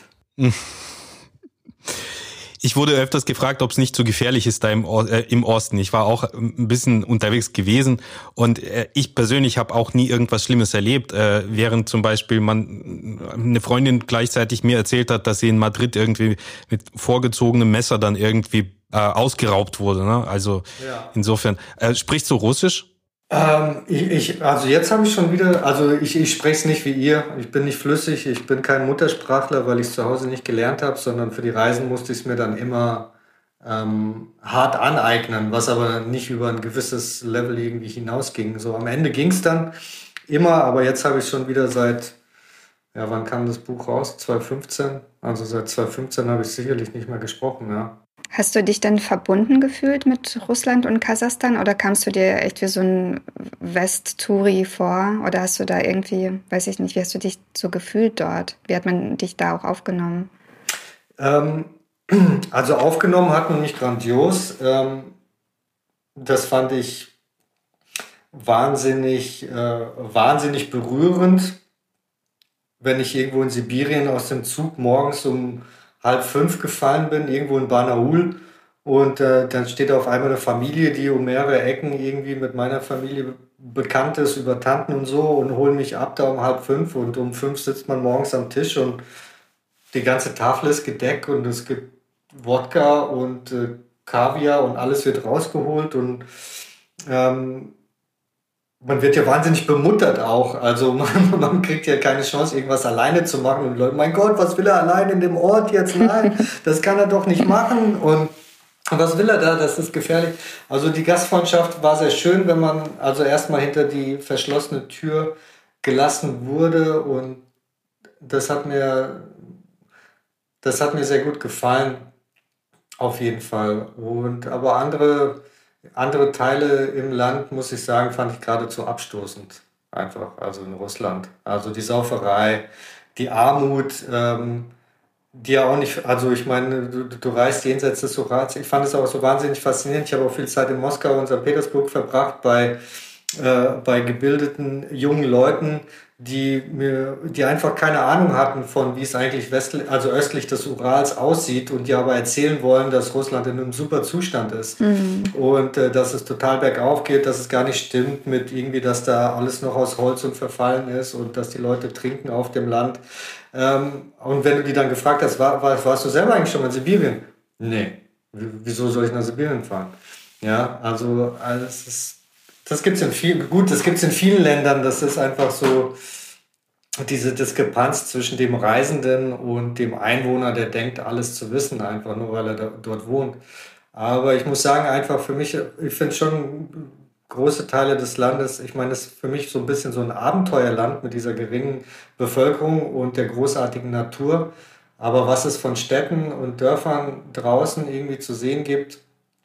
Ich wurde öfters gefragt, ob es nicht so gefährlich ist da im, äh, im Osten. Ich war auch ein bisschen unterwegs gewesen und äh, ich persönlich habe auch nie irgendwas Schlimmes erlebt, äh, während zum Beispiel man eine Freundin gleichzeitig mir erzählt hat, dass sie in Madrid irgendwie mit vorgezogenem Messer dann irgendwie äh, ausgeraubt wurde. Ne? Also ja. Insofern. Äh, sprichst du Russisch? Ähm, ich, ich, also jetzt habe ich schon wieder, also ich, ich spreche es nicht wie ihr, ich bin nicht flüssig, ich bin kein Muttersprachler, weil ich es zu Hause nicht gelernt habe, sondern für die Reisen musste ich es mir dann immer ähm, hart aneignen, was aber nicht über ein gewisses Level irgendwie hinausging. So am Ende ging es dann immer, aber jetzt habe ich schon wieder seit, ja, wann kam das Buch raus? zwanzig fünfzehn? Also seit zwanzig fünfzehn habe ich sicherlich nicht mehr gesprochen, ja. Hast du dich dann verbunden gefühlt mit Russland und Kasachstan oder kamst du dir echt wie so ein West-Touri vor? Oder hast du da irgendwie, weiß ich nicht, wie hast du dich so gefühlt dort? Wie hat man dich da auch aufgenommen? Ähm, also aufgenommen hat man mich grandios. Ähm, das fand ich wahnsinnig, äh, wahnsinnig berührend, wenn ich irgendwo in Sibirien aus dem Zug morgens um halb fünf gefallen bin, irgendwo in Barnaul und äh, dann steht auf einmal eine Familie, die um mehrere Ecken irgendwie mit meiner Familie bekannt ist, über Tanten und so und holen mich ab da um halb fünf und um fünf sitzt man morgens am Tisch und die ganze Tafel ist gedeckt und es gibt Wodka und äh, Kaviar und alles wird rausgeholt und ähm, man wird ja wahnsinnig bemuttert auch. Also man, man kriegt ja keine Chance, irgendwas alleine zu machen. Und die Leute, mein Gott, was will er allein in dem Ort jetzt? Nein, das kann er doch nicht machen. Und was will er da? Das ist gefährlich. Also die Gastfreundschaft war sehr schön, wenn man also erstmal hinter die verschlossene Tür gelassen wurde und das hat mir, das hat mir sehr gut gefallen, auf jeden Fall. Und aber andere, andere Teile im Land, muss ich sagen, fand ich geradezu abstoßend. Einfach, also in Russland. Also die Sauferei, die Armut, ähm, die ja auch nicht, also ich meine, du, du reist jenseits des Urals. Ich fand es auch so wahnsinnig faszinierend. Ich habe auch viel Zeit in Moskau und Sankt Petersburg verbracht bei, äh, bei gebildeten jungen Leuten, die mir, die einfach keine Ahnung hatten von, wie es eigentlich westlich, also östlich des Urals aussieht und die aber erzählen wollen, dass Russland in einem super Zustand ist mhm. und äh, dass es total bergauf geht, dass es gar nicht stimmt mit irgendwie, dass da alles noch aus Holz und verfallen ist und dass die Leute trinken auf dem Land. Ähm, und wenn du die dann gefragt hast, war, war, warst du selber eigentlich schon mal in Sibirien? Nee. W- wieso soll ich nach Sibirien fahren? Ja, also, also es ist Das gibt's in viel, gut, das gibt's in vielen Ländern. Das ist einfach so diese Diskrepanz zwischen dem Reisenden und dem Einwohner, der denkt, alles zu wissen, einfach nur, weil er da, dort wohnt. Aber ich muss sagen, einfach für mich, ich finde schon große Teile des Landes, ich meine, das ist für mich so ein bisschen so ein Abenteuerland mit dieser geringen Bevölkerung und der großartigen Natur. Aber was es von Städten und Dörfern draußen irgendwie zu sehen gibt,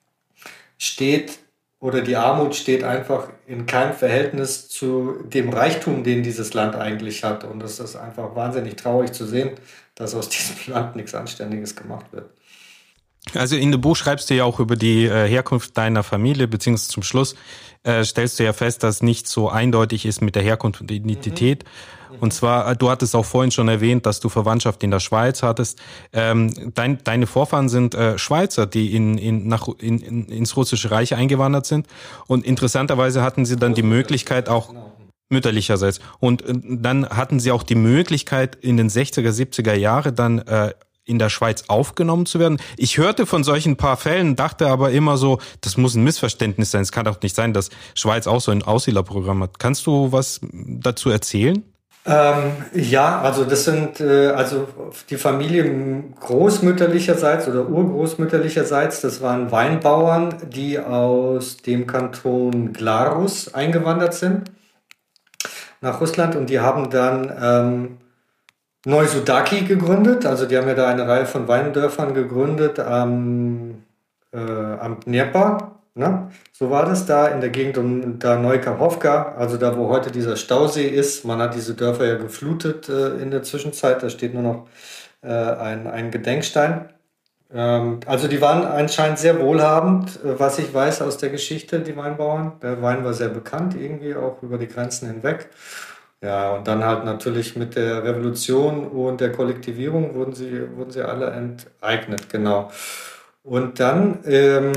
steht oder die Armut steht einfach in keinem Verhältnis zu dem Reichtum, den dieses Land eigentlich hat. Und es ist einfach wahnsinnig traurig zu sehen, dass aus diesem Land nichts Anständiges gemacht wird. Also in dem Buch schreibst du ja auch über die äh, Herkunft deiner Familie, beziehungsweise zum Schluss äh, stellst du ja fest, dass nicht so eindeutig ist mit der Herkunft und der Identität. Mhm. Und zwar, du hattest auch vorhin schon erwähnt, dass du Verwandtschaft in der Schweiz hattest. Ähm, dein, deine Vorfahren sind äh, Schweizer, die in, in, nach, in, in, ins Russische Reich eingewandert sind. Und interessanterweise hatten sie dann die Möglichkeit auch, mütterlicherseits, und äh, dann hatten sie auch die Möglichkeit, in den sechziger, siebziger Jahre dann äh, in der Schweiz aufgenommen zu werden. Ich hörte von solchen paar Fällen, dachte aber immer so, das muss ein Missverständnis sein. Es kann doch nicht sein, dass Schweiz auch so ein Aussiedlerprogramm hat. Kannst du was dazu erzählen? Ähm, ja, also das sind äh, also die Familie großmütterlicherseits oder urgroßmütterlicherseits, das waren Weinbauern, die aus dem Kanton Glarus eingewandert sind nach Russland und die haben dann ähm, Neu-Sudaki gegründet, also die haben ja da eine Reihe von Weindörfern gegründet am, äh, am Dnepr, ne? So war das da in der Gegend um da Neukachowka, also da, wo heute dieser Stausee ist. Man hat diese Dörfer ja geflutet äh, in der Zwischenzeit, da steht nur noch äh, ein, ein Gedenkstein. Ähm, also die waren anscheinend sehr wohlhabend, äh, was ich weiß aus der Geschichte, die Weinbauern. Der Wein war sehr bekannt, irgendwie auch über die Grenzen hinweg. Ja, und dann halt natürlich mit der Revolution und der Kollektivierung wurden sie, wurden sie alle enteignet, genau. Und dann ähm,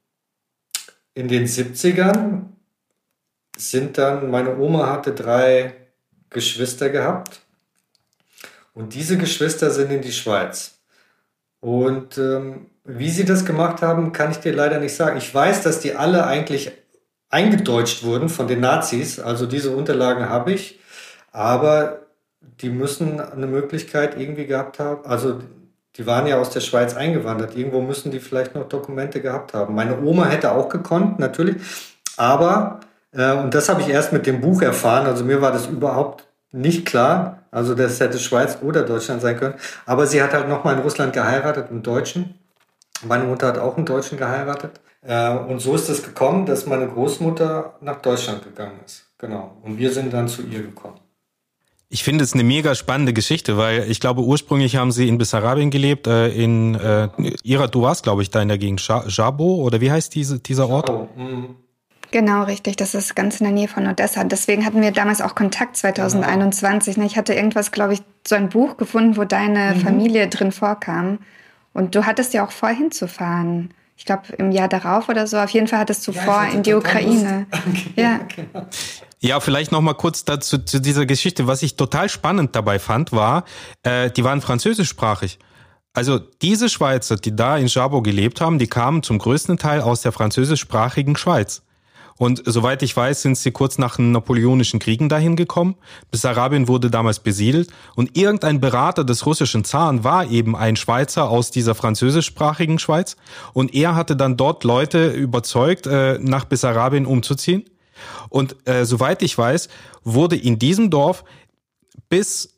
in den siebzigern sind dann, meine Oma hatte drei Geschwister gehabt und diese Geschwister sind in die Schweiz. Und ähm, wie sie das gemacht haben, kann ich dir leider nicht sagen. Ich weiß, dass die alle eigentlich eingedeutscht wurden von den Nazis, also diese Unterlagen habe ich. Aber die müssen eine Möglichkeit irgendwie gehabt haben, also die waren ja aus der Schweiz eingewandert, irgendwo müssen die vielleicht noch Dokumente gehabt haben. Meine Oma hätte auch gekonnt, natürlich, aber, äh, und das habe ich erst mit dem Buch erfahren, also mir war das überhaupt nicht klar, also das hätte Schweiz oder Deutschland sein können, aber sie hat halt nochmal in Russland geheiratet, einen Deutschen. Meine Mutter hat auch einen Deutschen geheiratet. Äh, und so ist es gekommen, dass meine Großmutter nach Deutschland gegangen ist. Genau. Und wir sind dann zu ihr gekommen. Ich finde es eine mega spannende Geschichte, weil ich glaube, ursprünglich haben sie in Bessarabien gelebt, äh, in äh, ihrer, du warst, glaube ich, da in der Gegend Żabo, oder wie heißt diese, dieser Ort? Oh, mm. Genau, richtig. Das ist ganz in der Nähe von Odessa. Deswegen hatten wir damals auch Kontakt zwanzig einundzwanzig. Genau. Ich hatte irgendwas, glaube ich, so ein Buch gefunden, wo deine mhm. Familie drin vorkam. Und du hattest ja auch vor, hinzufahren. Ich glaube, im Jahr darauf oder so. Auf jeden Fall hattest du ja, vor in die Ukraine. Ja, genau. Ja, vielleicht noch mal kurz dazu zu dieser Geschichte. Was ich total spannend dabei fand, war, äh, die waren französischsprachig. Also diese Schweizer, die da in Żabo gelebt haben, die kamen zum größten Teil aus der französischsprachigen Schweiz. Und soweit ich weiß, sind sie kurz nach den Napoleonischen Kriegen dahin gekommen. Bessarabien wurde damals besiedelt. Und irgendein Berater des russischen Zaren war eben ein Schweizer aus dieser französischsprachigen Schweiz. Und er hatte dann dort Leute überzeugt, äh, nach Bessarabien umzuziehen. Und äh, soweit ich weiß, wurde in diesem Dorf bis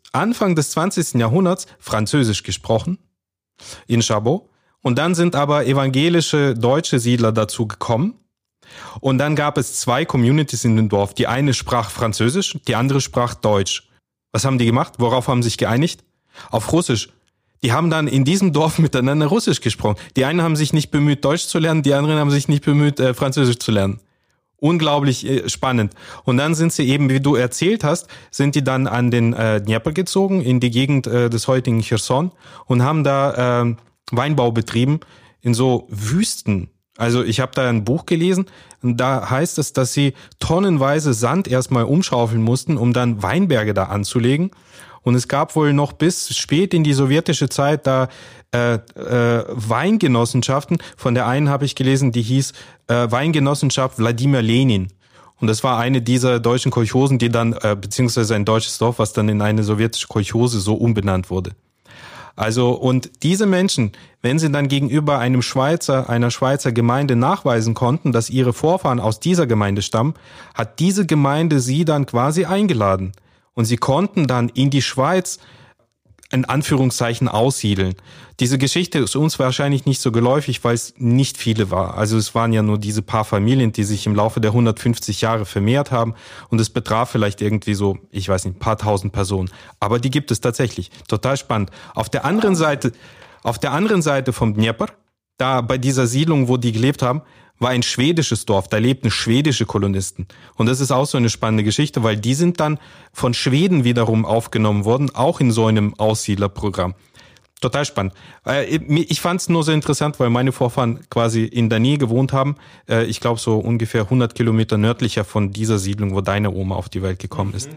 Anfang des zwanzigsten Jahrhunderts Französisch gesprochen in Chabot. Und dann sind aber evangelische deutsche Siedler dazu gekommen. Und dann gab es zwei Communities in dem Dorf. Die eine sprach Französisch, die andere sprach Deutsch. Was haben die gemacht? Worauf haben sie sich geeinigt? Auf Russisch. Die haben dann in diesem Dorf miteinander Russisch gesprochen. Die einen haben sich nicht bemüht, Deutsch zu lernen, die anderen haben sich nicht bemüht, äh, Französisch zu lernen. Unglaublich äh, spannend. Und dann sind sie eben, wie du erzählt hast, sind die dann an den äh, Dnepr gezogen, in die Gegend äh, des heutigen Cherson und haben da äh, Weinbau betrieben in so Wüsten. Also ich habe da ein Buch gelesen und da heißt es, dass sie tonnenweise Sand erstmal umschaufeln mussten, um dann Weinberge da anzulegen. Und es gab wohl noch bis spät in die sowjetische Zeit da äh, äh, Weingenossenschaften. Von der einen habe ich gelesen, die hieß äh, Weingenossenschaft Wladimir Lenin. Und das war eine dieser deutschen Kolchosen, die dann, äh, beziehungsweise ein deutsches Dorf, was dann in eine sowjetische Kolchose so umbenannt wurde. Also, und diese Menschen, wenn sie dann gegenüber einem Schweizer, einer Schweizer Gemeinde nachweisen konnten, dass ihre Vorfahren aus dieser Gemeinde stammen, hat diese Gemeinde sie dann quasi eingeladen. Und sie konnten dann in die Schweiz in Anführungszeichen aussiedeln. Diese Geschichte ist uns wahrscheinlich nicht so geläufig, weil es nicht viele war. Also es waren ja nur diese paar Familien, die sich im Laufe der hundertfünfzig Jahre vermehrt haben. Und es betraf vielleicht irgendwie so, ich weiß nicht, ein paar tausend Personen. Aber die gibt es tatsächlich. Total spannend. Auf der anderen Seite, auf der anderen Seite vom Dnepr, da bei dieser Siedlung, wo die gelebt haben, war ein schwedisches Dorf, da lebten schwedische Kolonisten. Und das ist auch so eine spannende Geschichte, weil die sind dann von Schweden wiederum aufgenommen worden, auch in so einem Aussiedlerprogramm. Total spannend. Ich fand es nur so interessant, weil meine Vorfahren quasi in der Nähe gewohnt haben. Ich glaube so ungefähr hundert Kilometer nördlicher von dieser Siedlung, wo deine Oma auf die Welt gekommen ist.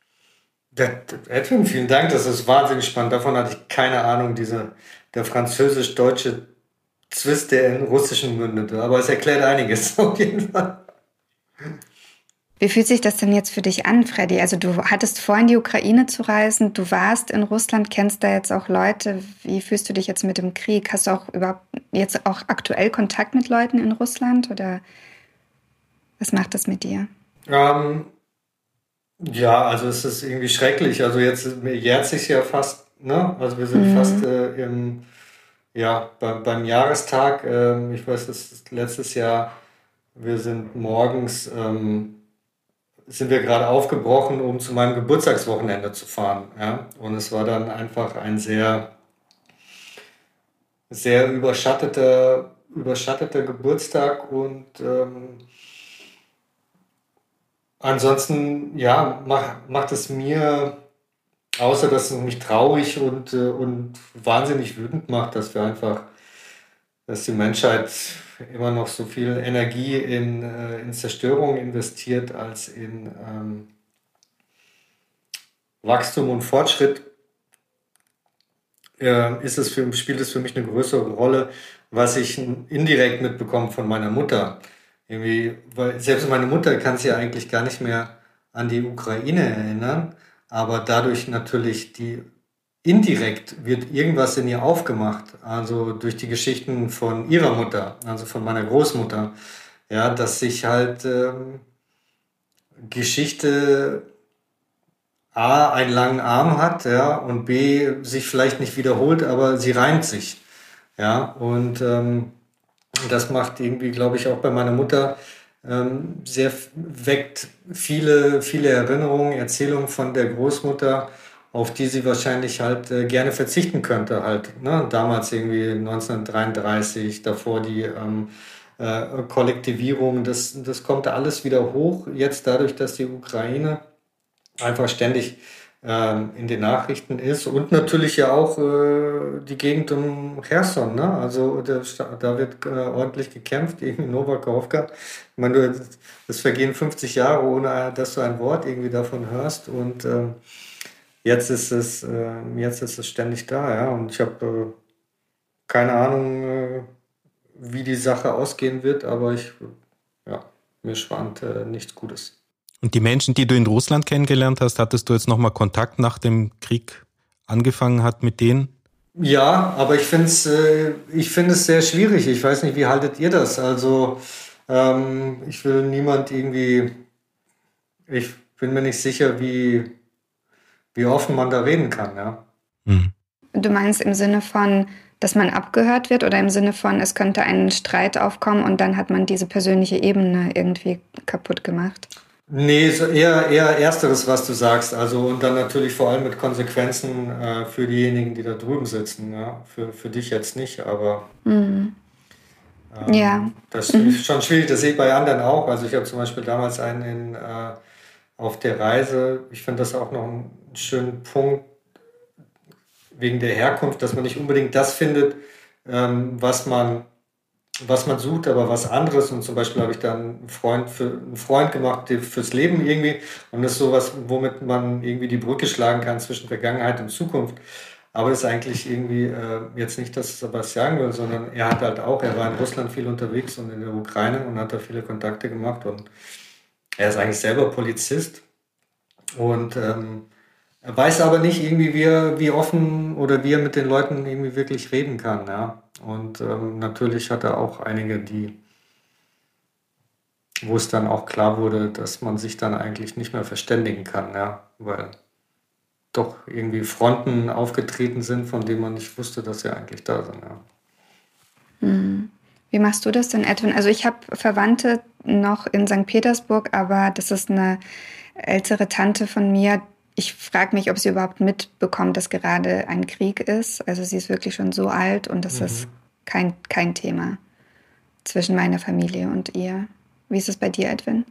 Ja, Edwin, vielen Dank, das ist wahnsinnig spannend. Davon hatte ich keine Ahnung, diese, der französisch-deutsche Zwist, der in Russischen mündete. Aber es erklärt einiges auf jeden Fall. Wie fühlt sich das denn jetzt für dich an, Freddy? Also du hattest vor, in die Ukraine zu reisen, du warst in Russland, kennst da jetzt auch Leute. Wie fühlst du dich jetzt mit dem Krieg? Hast du auch überhaupt jetzt auch aktuell Kontakt mit Leuten in Russland? Oder was macht das mit dir? Ähm, ja, also es ist irgendwie schrecklich. Also jetzt jährt sich ja fast, ne? Also wir sind mhm. fast äh, im Ja, beim, beim Jahrestag, ähm, ich weiß, das ist letztes Jahr, wir sind morgens, ähm, sind wir gerade aufgebrochen, um zu meinem Geburtstagswochenende zu fahren. Ja? Und es war dann einfach ein sehr, sehr überschatteter, überschatteter Geburtstag und ähm, ansonsten, ja, macht, macht es mir... Außer, dass es mich traurig und, äh, und wahnsinnig wütend macht, dass wir einfach, dass die Menschheit immer noch so viel Energie in, äh, in Zerstörung investiert, als in ähm, Wachstum und Fortschritt, äh, ist es für, spielt es für mich eine größere Rolle, was ich indirekt mitbekomme von meiner Mutter. Irgendwie, weil selbst meine Mutter kann sich ja eigentlich gar nicht mehr an die Ukraine erinnern. Aber dadurch natürlich die indirekt wird irgendwas in ihr aufgemacht, also durch die Geschichten von ihrer Mutter, also von meiner Großmutter, ja, dass sich halt ähm, Geschichte A einen langen Arm hat, ja, und B sich vielleicht nicht wiederholt, aber sie reimt sich, ja, und ähm, das macht irgendwie, glaube ich, auch bei meiner Mutter Ähm, sehr weckt viele, viele Erinnerungen, Erzählungen von der Großmutter, auf die sie wahrscheinlich halt äh, gerne verzichten könnte halt, ne? Damals irgendwie neunzehnhundertdreiunddreißig, davor die ähm, äh, Kollektivierung, das, das kommt alles wieder hoch, jetzt dadurch, dass die Ukraine einfach ständig ähm, in den Nachrichten ist und natürlich ja auch äh, die Gegend um Cherson, ne? Also der, da wird äh, ordentlich gekämpft, irgendwie Novakowka. Ich meine, es vergehen fünfzig Jahre, ohne dass du ein Wort irgendwie davon hörst und ähm, jetzt ist es äh, jetzt ist es ständig da, ja. Und ich habe äh, keine Ahnung, äh, wie die Sache ausgehen wird, aber ich ja, mir schwant äh, nichts Gutes. Und die Menschen, die du in Russland kennengelernt hast, hattest du jetzt nochmal Kontakt nach dem Krieg angefangen hat mit denen? Ja, aber ich finde es äh, ich finde es sehr schwierig. Ich weiß nicht, wie haltet ihr das? Also ähm, ich will niemand irgendwie, ich bin mir nicht sicher, wie, wie offen man da reden kann, ja. Mhm. Du meinst im Sinne von, dass man abgehört wird oder im Sinne von, es könnte ein Streit aufkommen und dann hat man diese persönliche Ebene irgendwie kaputt gemacht? Nee, so eher, eher Ersteres, was du sagst. Also und dann natürlich vor allem mit Konsequenzen äh, für diejenigen, die da drüben sitzen. Ja? Für, für dich jetzt nicht, aber Mhm. ähm, Ja. das ist schon schwierig. Das sehe ich bei anderen auch. Also ich habe zum Beispiel damals einen in, äh, auf der Reise. Ich finde das auch noch einen schönen Punkt wegen der Herkunft, dass man nicht unbedingt das findet, ähm, was man was man sucht, aber was anderes. Und zum Beispiel habe ich dann einen Freund für einen Freund gemacht der fürs Leben irgendwie. Und das ist sowas, womit man irgendwie die Brücke schlagen kann zwischen Vergangenheit und Zukunft. Aber das ist eigentlich irgendwie äh, jetzt nicht das, was ich sagen will, sondern er hat halt auch, er war in Russland viel unterwegs und in der Ukraine und hat da viele Kontakte gemacht. Und er ist eigentlich selber Polizist. Und ähm, er weiß aber nicht irgendwie, wie, er, wie offen oder wie er mit den Leuten irgendwie wirklich reden kann. Ja. Und ähm, natürlich hat er auch einige, die, wo es dann auch klar wurde, dass man sich dann eigentlich nicht mehr verständigen kann, ja, weil doch irgendwie Fronten aufgetreten sind, von denen man nicht wusste, dass sie eigentlich da sind. Ja. Hm. Wie machst du das denn, Edwin? Also ich habe Verwandte noch in Sankt Petersburg, aber das ist eine ältere Tante von mir. Ich frage mich, ob sie überhaupt mitbekommt, dass gerade ein Krieg ist. Also sie ist wirklich schon so alt und das Mhm. ist kein, kein Thema zwischen meiner Familie und ihr. Wie ist es bei dir, Edwin?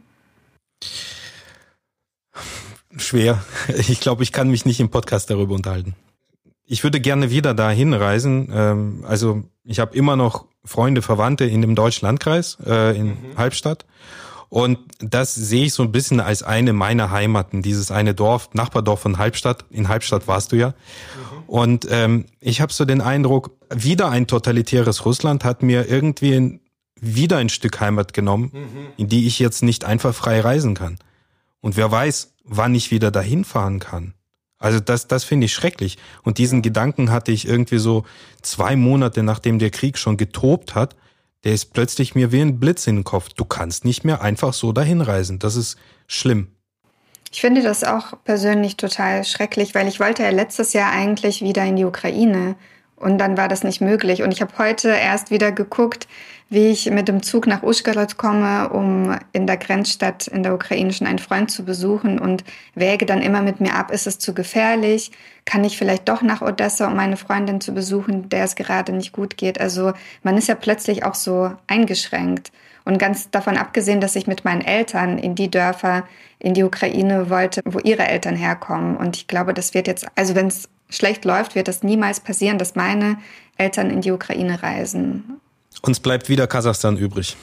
Schwer. Ich glaube, ich kann mich nicht im Podcast darüber unterhalten. Ich würde gerne wieder dahin reisen. Ähm, also ich habe immer noch Freunde, Verwandte in dem deutschen Landkreis, äh, in mhm. Halbstadt. Und das sehe ich so ein bisschen als eine meiner Heimaten, dieses eine Dorf, Nachbardorf von Halbstadt. In Halbstadt warst du ja. Mhm. Und ähm, ich habe so den Eindruck, wieder ein totalitäres Russland hat mir irgendwie ein, wieder ein Stück Heimat genommen, mhm. in die ich jetzt nicht einfach frei reisen kann. Und wer weiß, wann ich wieder dahin fahren kann. Also das, das finde ich schrecklich. Und diesen Gedanken hatte ich irgendwie so zwei Monate, nachdem der Krieg schon getobt hat. Der ist plötzlich mir wie ein Blitz in den Kopf. Du kannst nicht mehr einfach so dahin reisen. Das ist schlimm. Ich finde das auch persönlich total schrecklich, weil ich wollte ja letztes Jahr eigentlich wieder in die Ukraine und dann war das nicht möglich. Und ich habe heute erst wieder geguckt, wie ich mit dem Zug nach Uschgorod komme, um in der Grenzstadt in der ukrainischen einen Freund zu besuchen und wäge dann immer mit mir ab, ist es zu gefährlich? Kann ich vielleicht doch nach Odessa, um meine Freundin zu besuchen, der es gerade nicht gut geht? Also man ist ja plötzlich auch so eingeschränkt. Und ganz davon abgesehen, dass ich mit meinen Eltern in die Dörfer, in die Ukraine wollte, wo ihre Eltern herkommen. Und ich glaube, das wird jetzt, also wenn es schlecht läuft, wird das niemals passieren, dass meine Eltern in die Ukraine reisen. Uns bleibt wieder Kasachstan übrig.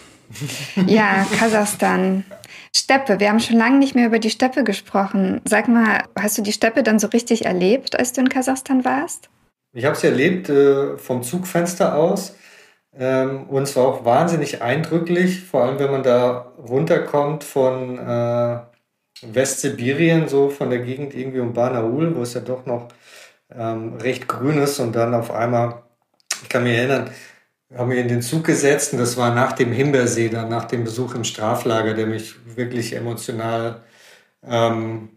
Ja, Kasachstan. Steppe, wir haben schon lange nicht mehr über die Steppe gesprochen. Sag mal, hast du die Steppe dann so richtig erlebt, als du in Kasachstan warst? Ich habe sie erlebt äh, vom Zugfenster aus. Ähm, und es war auch wahnsinnig eindrücklich, vor allem wenn man da runterkommt von äh, Westsibirien, so von der Gegend irgendwie um Barnaul, wo es ja doch noch ähm, recht grün ist und dann auf einmal, ich kann mich erinnern, haben wir in den Zug gesetzt und das war nach dem Himbeersee, dann nach dem Besuch im Straflager, der mich wirklich emotional ähm,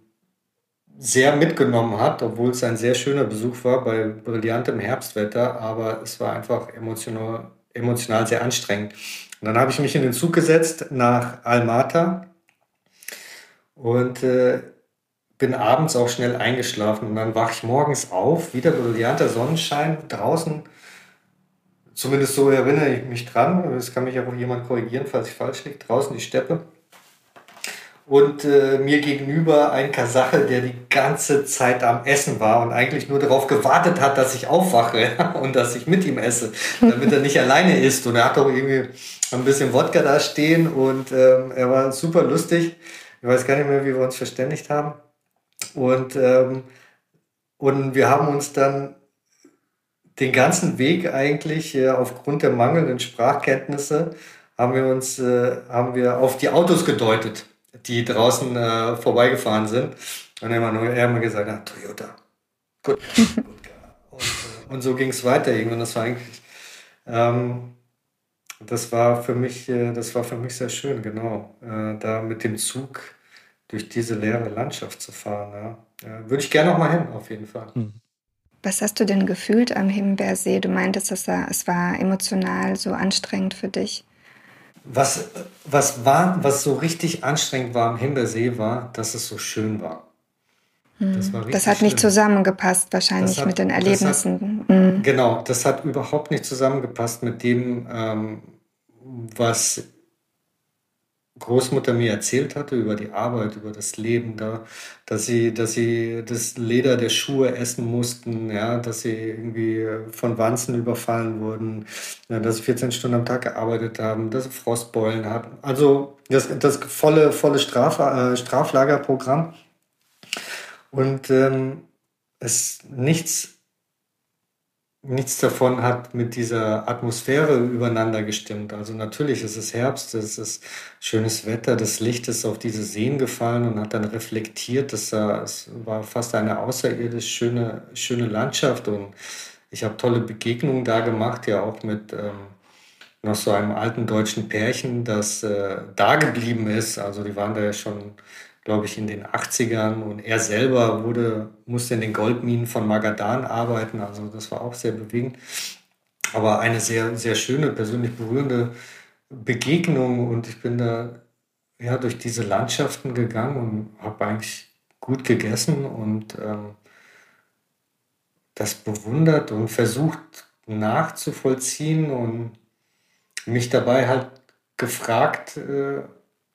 sehr mitgenommen hat, obwohl es ein sehr schöner Besuch war bei brillantem Herbstwetter, aber es war einfach emotional, emotional sehr anstrengend. Und dann habe ich mich in den Zug gesetzt nach Almaty und äh, bin abends auch schnell eingeschlafen und dann wache ich morgens auf, wieder brillanter Sonnenschein draußen. Zumindest so erinnere ich mich dran. Es kann mich auch jemand korrigieren, falls ich falsch liege. Draußen die Steppe. Und äh, mir gegenüber ein Kasache, der die ganze Zeit am Essen war und eigentlich nur darauf gewartet hat, dass ich aufwache und dass ich mit ihm esse, damit er nicht alleine isst. Und er hat auch irgendwie ein bisschen Wodka da stehen und ähm, er war super lustig. Ich weiß gar nicht mehr, wie wir uns verständigt haben. Und, ähm, und wir haben uns dann den ganzen Weg eigentlich äh, aufgrund der mangelnden Sprachkenntnisse haben wir uns äh, haben wir auf die Autos gedeutet, die draußen äh, vorbeigefahren sind. Und er hat immer gesagt, ah, Toyota. Gut. und, äh, und so ging es weiter irgendwann. Das war eigentlich, ähm, das war für mich, äh, das war für mich sehr schön, genau. Äh, da mit dem Zug durch diese leere Landschaft zu fahren. Ja. Ja, würde ich gerne noch mal hin, auf jeden Fall. Hm. Was hast du denn gefühlt am Himbeersee? Du meintest, dass er, es war emotional so anstrengend für dich. Was, was, war, was so richtig anstrengend war am Himbeersee, war, dass es so schön war. Das war richtig Das hat nicht schlimm. zusammengepasst wahrscheinlich Das hat- mit den das hat- Erlebnissen. Mhm. Genau, das hat überhaupt nicht zusammengepasst mit dem, ähm, was Großmutter mir erzählt hatte über die Arbeit, über das Leben da, dass sie, dass sie das Leder der Schuhe essen mussten, ja, dass sie irgendwie von Wanzen überfallen wurden, ja, dass sie vierzehn Stunden am Tag gearbeitet haben, dass sie Frostbeulen hatten. Also das, das volle, volle Straf, äh, Straflagerprogramm. Und ähm, es nichts Nichts davon hat mit dieser Atmosphäre übereinander gestimmt. Also natürlich ist es Herbst, es ist schönes Wetter, das Licht ist auf diese Seen gefallen und hat dann reflektiert. Das sah, es war fast eine außerirdisch schöne, schöne Landschaft und ich habe tolle Begegnungen da gemacht, ja auch mit ähm, noch so einem alten deutschen Pärchen, das äh, da geblieben ist. Also die waren da ja schon, glaube ich, in den achtzigern und er selber wurde, musste in den Goldminen von Magadan arbeiten. Also das war auch sehr bewegend. Aber eine sehr, sehr schöne, persönlich berührende Begegnung und ich bin da ja durch diese Landschaften gegangen und habe eigentlich gut gegessen und ähm, das bewundert und versucht nachzuvollziehen und mich dabei halt gefragt, äh,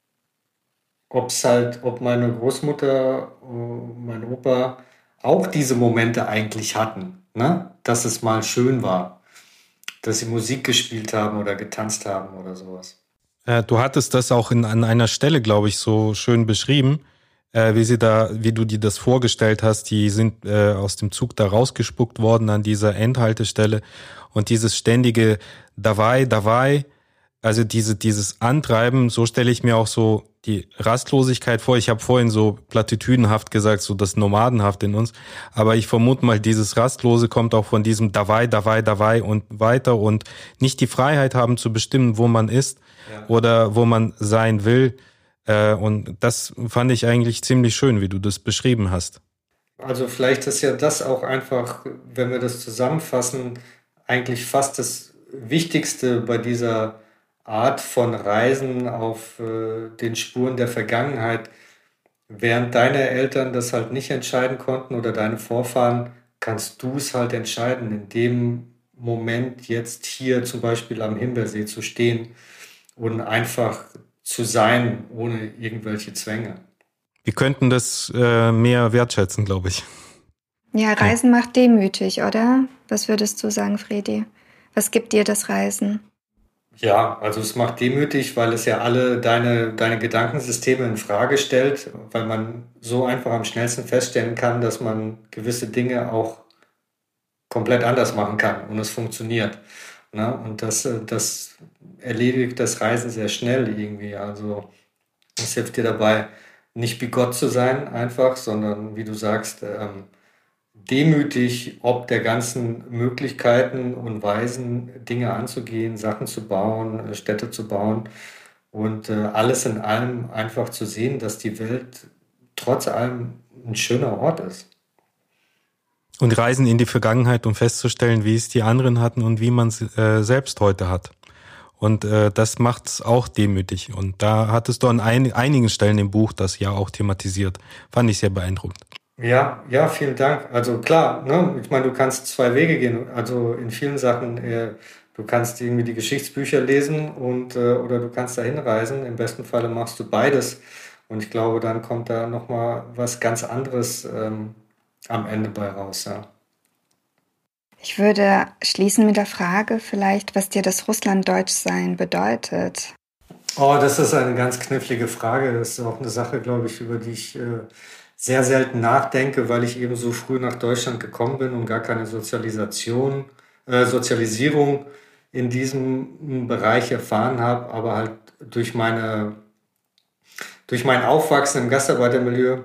ob es halt, ob meine Großmutter, äh, mein Opa auch diese Momente eigentlich hatten, ne? Dass es mal schön war, dass sie Musik gespielt haben oder getanzt haben oder sowas. Äh, du hattest das auch in, an einer Stelle, glaube ich, so schön beschrieben, äh, wie sie da, wie du dir das vorgestellt hast. Die sind äh, aus dem Zug da rausgespuckt worden an dieser Endhaltestelle und dieses ständige Davai, Davai, also diese, dieses Antreiben, so stelle ich mir auch so die Rastlosigkeit vor. Ich habe vorhin so platitüdenhaft gesagt, so das Nomadenhaft in uns. Aber ich vermute mal, dieses Rastlose kommt auch von diesem Davai, Davai, Davai und weiter und nicht die Freiheit haben zu bestimmen, wo man ist Ja. oder wo man sein will. Äh, und das fand ich eigentlich ziemlich schön, wie du das beschrieben hast. Also vielleicht ist ja das auch einfach, wenn wir das zusammenfassen, eigentlich fast das Wichtigste bei dieser Art von Reisen auf äh, den Spuren der Vergangenheit. Während deine Eltern das halt nicht entscheiden konnten oder deine Vorfahren, kannst du es halt entscheiden, in dem Moment jetzt hier zum Beispiel am Himbeersee zu stehen und einfach zu sein, ohne irgendwelche Zwänge. Wir könnten das äh, mehr wertschätzen, glaube ich. Ja, Reisen macht demütig, oder? Was würdest du sagen, Fredi? Was gibt dir das Reisen? Ja, also es macht demütig, weil es ja alle deine, deine Gedankensysteme in Frage stellt, weil man so einfach am schnellsten feststellen kann, dass man gewisse Dinge auch komplett anders machen kann und es funktioniert. Ne? Und das, äh, das erledigt das Reisen sehr schnell irgendwie. Also es hilft dir dabei, nicht wie Gott zu sein einfach, sondern wie du sagst, ähm, demütig ob der ganzen Möglichkeiten und Weisen, Dinge anzugehen, Sachen zu bauen, äh, Städte zu bauen und äh, alles in allem einfach zu sehen, dass die Welt trotz allem ein schöner Ort ist. Und reisen in die Vergangenheit, um festzustellen, wie es die anderen hatten und wie man es äh, selbst heute hat. Und äh, das macht es auch demütig. Und da hattest du an ein, einigen Stellen im Buch das ja auch thematisiert. Fand ich sehr beeindruckend. Ja, ja, vielen Dank. Also klar, ne, ich meine, du kannst zwei Wege gehen. Also in vielen Sachen, äh, du kannst irgendwie die Geschichtsbücher lesen und äh, oder du kannst da hinreisen. Im besten Falle machst du beides. Und ich glaube, dann kommt da nochmal was ganz anderes ähm, am Ende bei raus, ja. Ich würde schließen mit der Frage vielleicht, was dir das Russlanddeutschsein bedeutet. Oh, das ist eine ganz knifflige Frage. Das ist auch eine Sache, glaube ich, über die ich äh, sehr selten nachdenke, weil ich eben so früh nach Deutschland gekommen bin und gar keine Sozialisation, äh, Sozialisierung in diesem Bereich erfahren habe, aber halt durch meine, durch mein Aufwachsen im Gastarbeitermilieu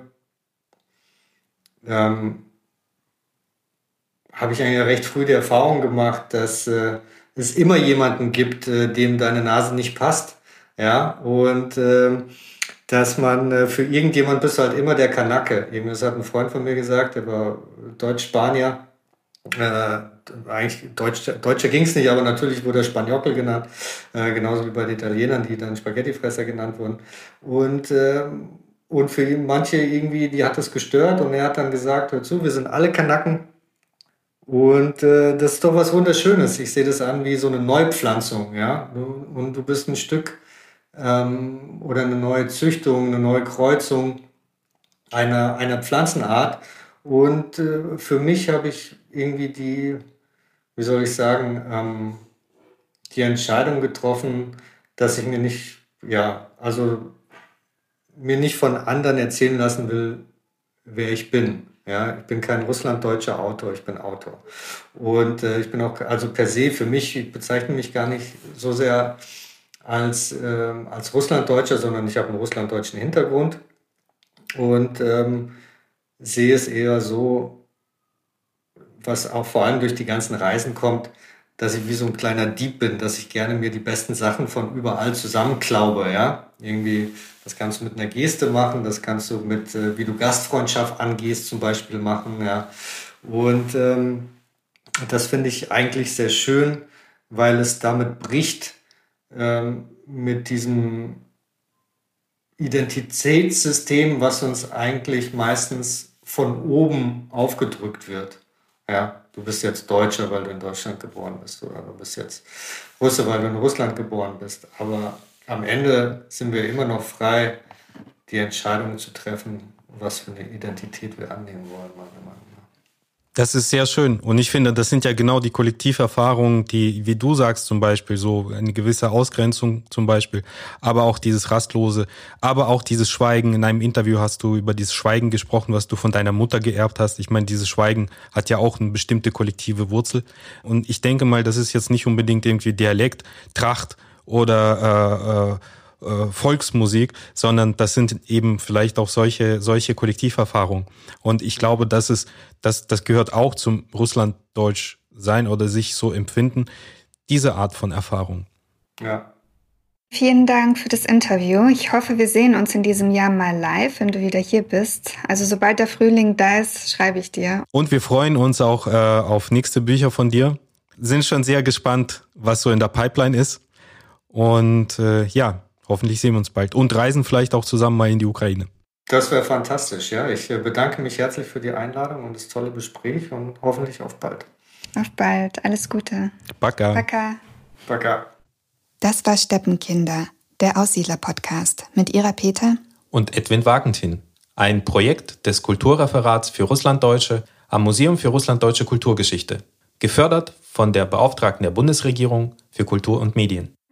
ähm, habe ich eigentlich recht früh die Erfahrung gemacht, dass äh, es immer jemanden gibt, äh, dem deine Nase nicht passt. Ja, und äh, dass man äh, für irgendjemand bist du halt immer der Kanake. Eben, das hat ein Freund von mir gesagt, der war Deutsch-Spanier. Äh, eigentlich Deutsch, Deutscher ging es nicht, aber natürlich wurde er Spaniockel genannt, äh, genauso wie bei den Italienern, die dann Spaghettifresser genannt wurden. Und, äh, und für ihn, manche irgendwie, die hat das gestört und er hat dann gesagt, hör zu, wir sind alle Kanaken und äh, das ist doch was Wunderschönes. Ich sehe das an wie so eine Neupflanzung, ja, und du bist ein Stück ähm, oder eine neue Züchtung, eine neue Kreuzung einer, einer Pflanzenart. Und äh, für mich habe ich irgendwie die, wie soll ich sagen, ähm, die Entscheidung getroffen, dass ich mir nicht, ja, also mir nicht von anderen erzählen lassen will, wer ich bin. Ja, ich bin kein russlanddeutscher Autor, ich bin Autor. Und äh, ich bin auch, also per se für mich, ich bezeichne mich gar nicht so sehr als, äh, als Russlanddeutscher, sondern ich habe einen russlanddeutschen Hintergrund und ähm, sehe es eher so, was auch vor allem durch die ganzen Reisen kommt, dass ich wie so ein kleiner Dieb bin, dass ich gerne mir die besten Sachen von überall zusammenklaube, ja. Irgendwie, das kannst du mit einer Geste machen, das kannst du mit, äh, wie du Gastfreundschaft angehst, zum Beispiel machen, ja. Und ähm, das finde ich eigentlich sehr schön, weil es damit bricht ähm, mit diesem Identitätssystem, was uns eigentlich meistens von oben aufgedrückt wird. Ja, du bist jetzt Deutscher, weil du in Deutschland geboren bist, oder du bist jetzt Russe, weil du in Russland geboren bist. Aber am Ende sind wir immer noch frei, die Entscheidung zu treffen, was für eine Identität wir annehmen wollen, meiner Meinung nach. Das ist sehr schön. Und ich finde, das sind ja genau die Kollektiverfahrungen, die, wie du sagst zum Beispiel, so eine gewisse Ausgrenzung zum Beispiel, aber auch dieses Rastlose, aber auch dieses Schweigen. In einem Interview hast du über dieses Schweigen gesprochen, was du von deiner Mutter geerbt hast. Ich meine, dieses Schweigen hat ja auch eine bestimmte kollektive Wurzel. Und ich denke mal, das ist jetzt nicht unbedingt irgendwie Dialekt, Tracht oder äh, äh, Volksmusik, sondern das sind eben vielleicht auch solche solche Kollektiverfahrungen. Und ich glaube, das ist das das gehört auch zum Russlanddeutsch sein oder sich so empfinden, diese Art von Erfahrung. Ja. Vielen Dank für das Interview. Ich hoffe, wir sehen uns in diesem Jahr mal live, wenn du wieder hier bist. Also sobald der Frühling da ist, schreibe ich dir. Und wir freuen uns auch äh, auf nächste Bücher von dir. Sind schon sehr gespannt, was so in der Pipeline ist. Und äh, ja, hoffentlich sehen wir uns bald und reisen vielleicht auch zusammen mal in die Ukraine. Das wäre fantastisch, ja. Ich bedanke mich herzlich für die Einladung und das tolle Gespräch und hoffentlich auf bald. Auf bald. Alles Gute. Baka. Baka. Baka. Das war Steppenkinder, der Aussiedler-Podcast mit Ira Peter und Edwin Wagentin. Ein Projekt des Kulturreferats für Russlanddeutsche am Museum für Russlanddeutsche Kulturgeschichte. Gefördert von der Beauftragten der Bundesregierung für Kultur und Medien.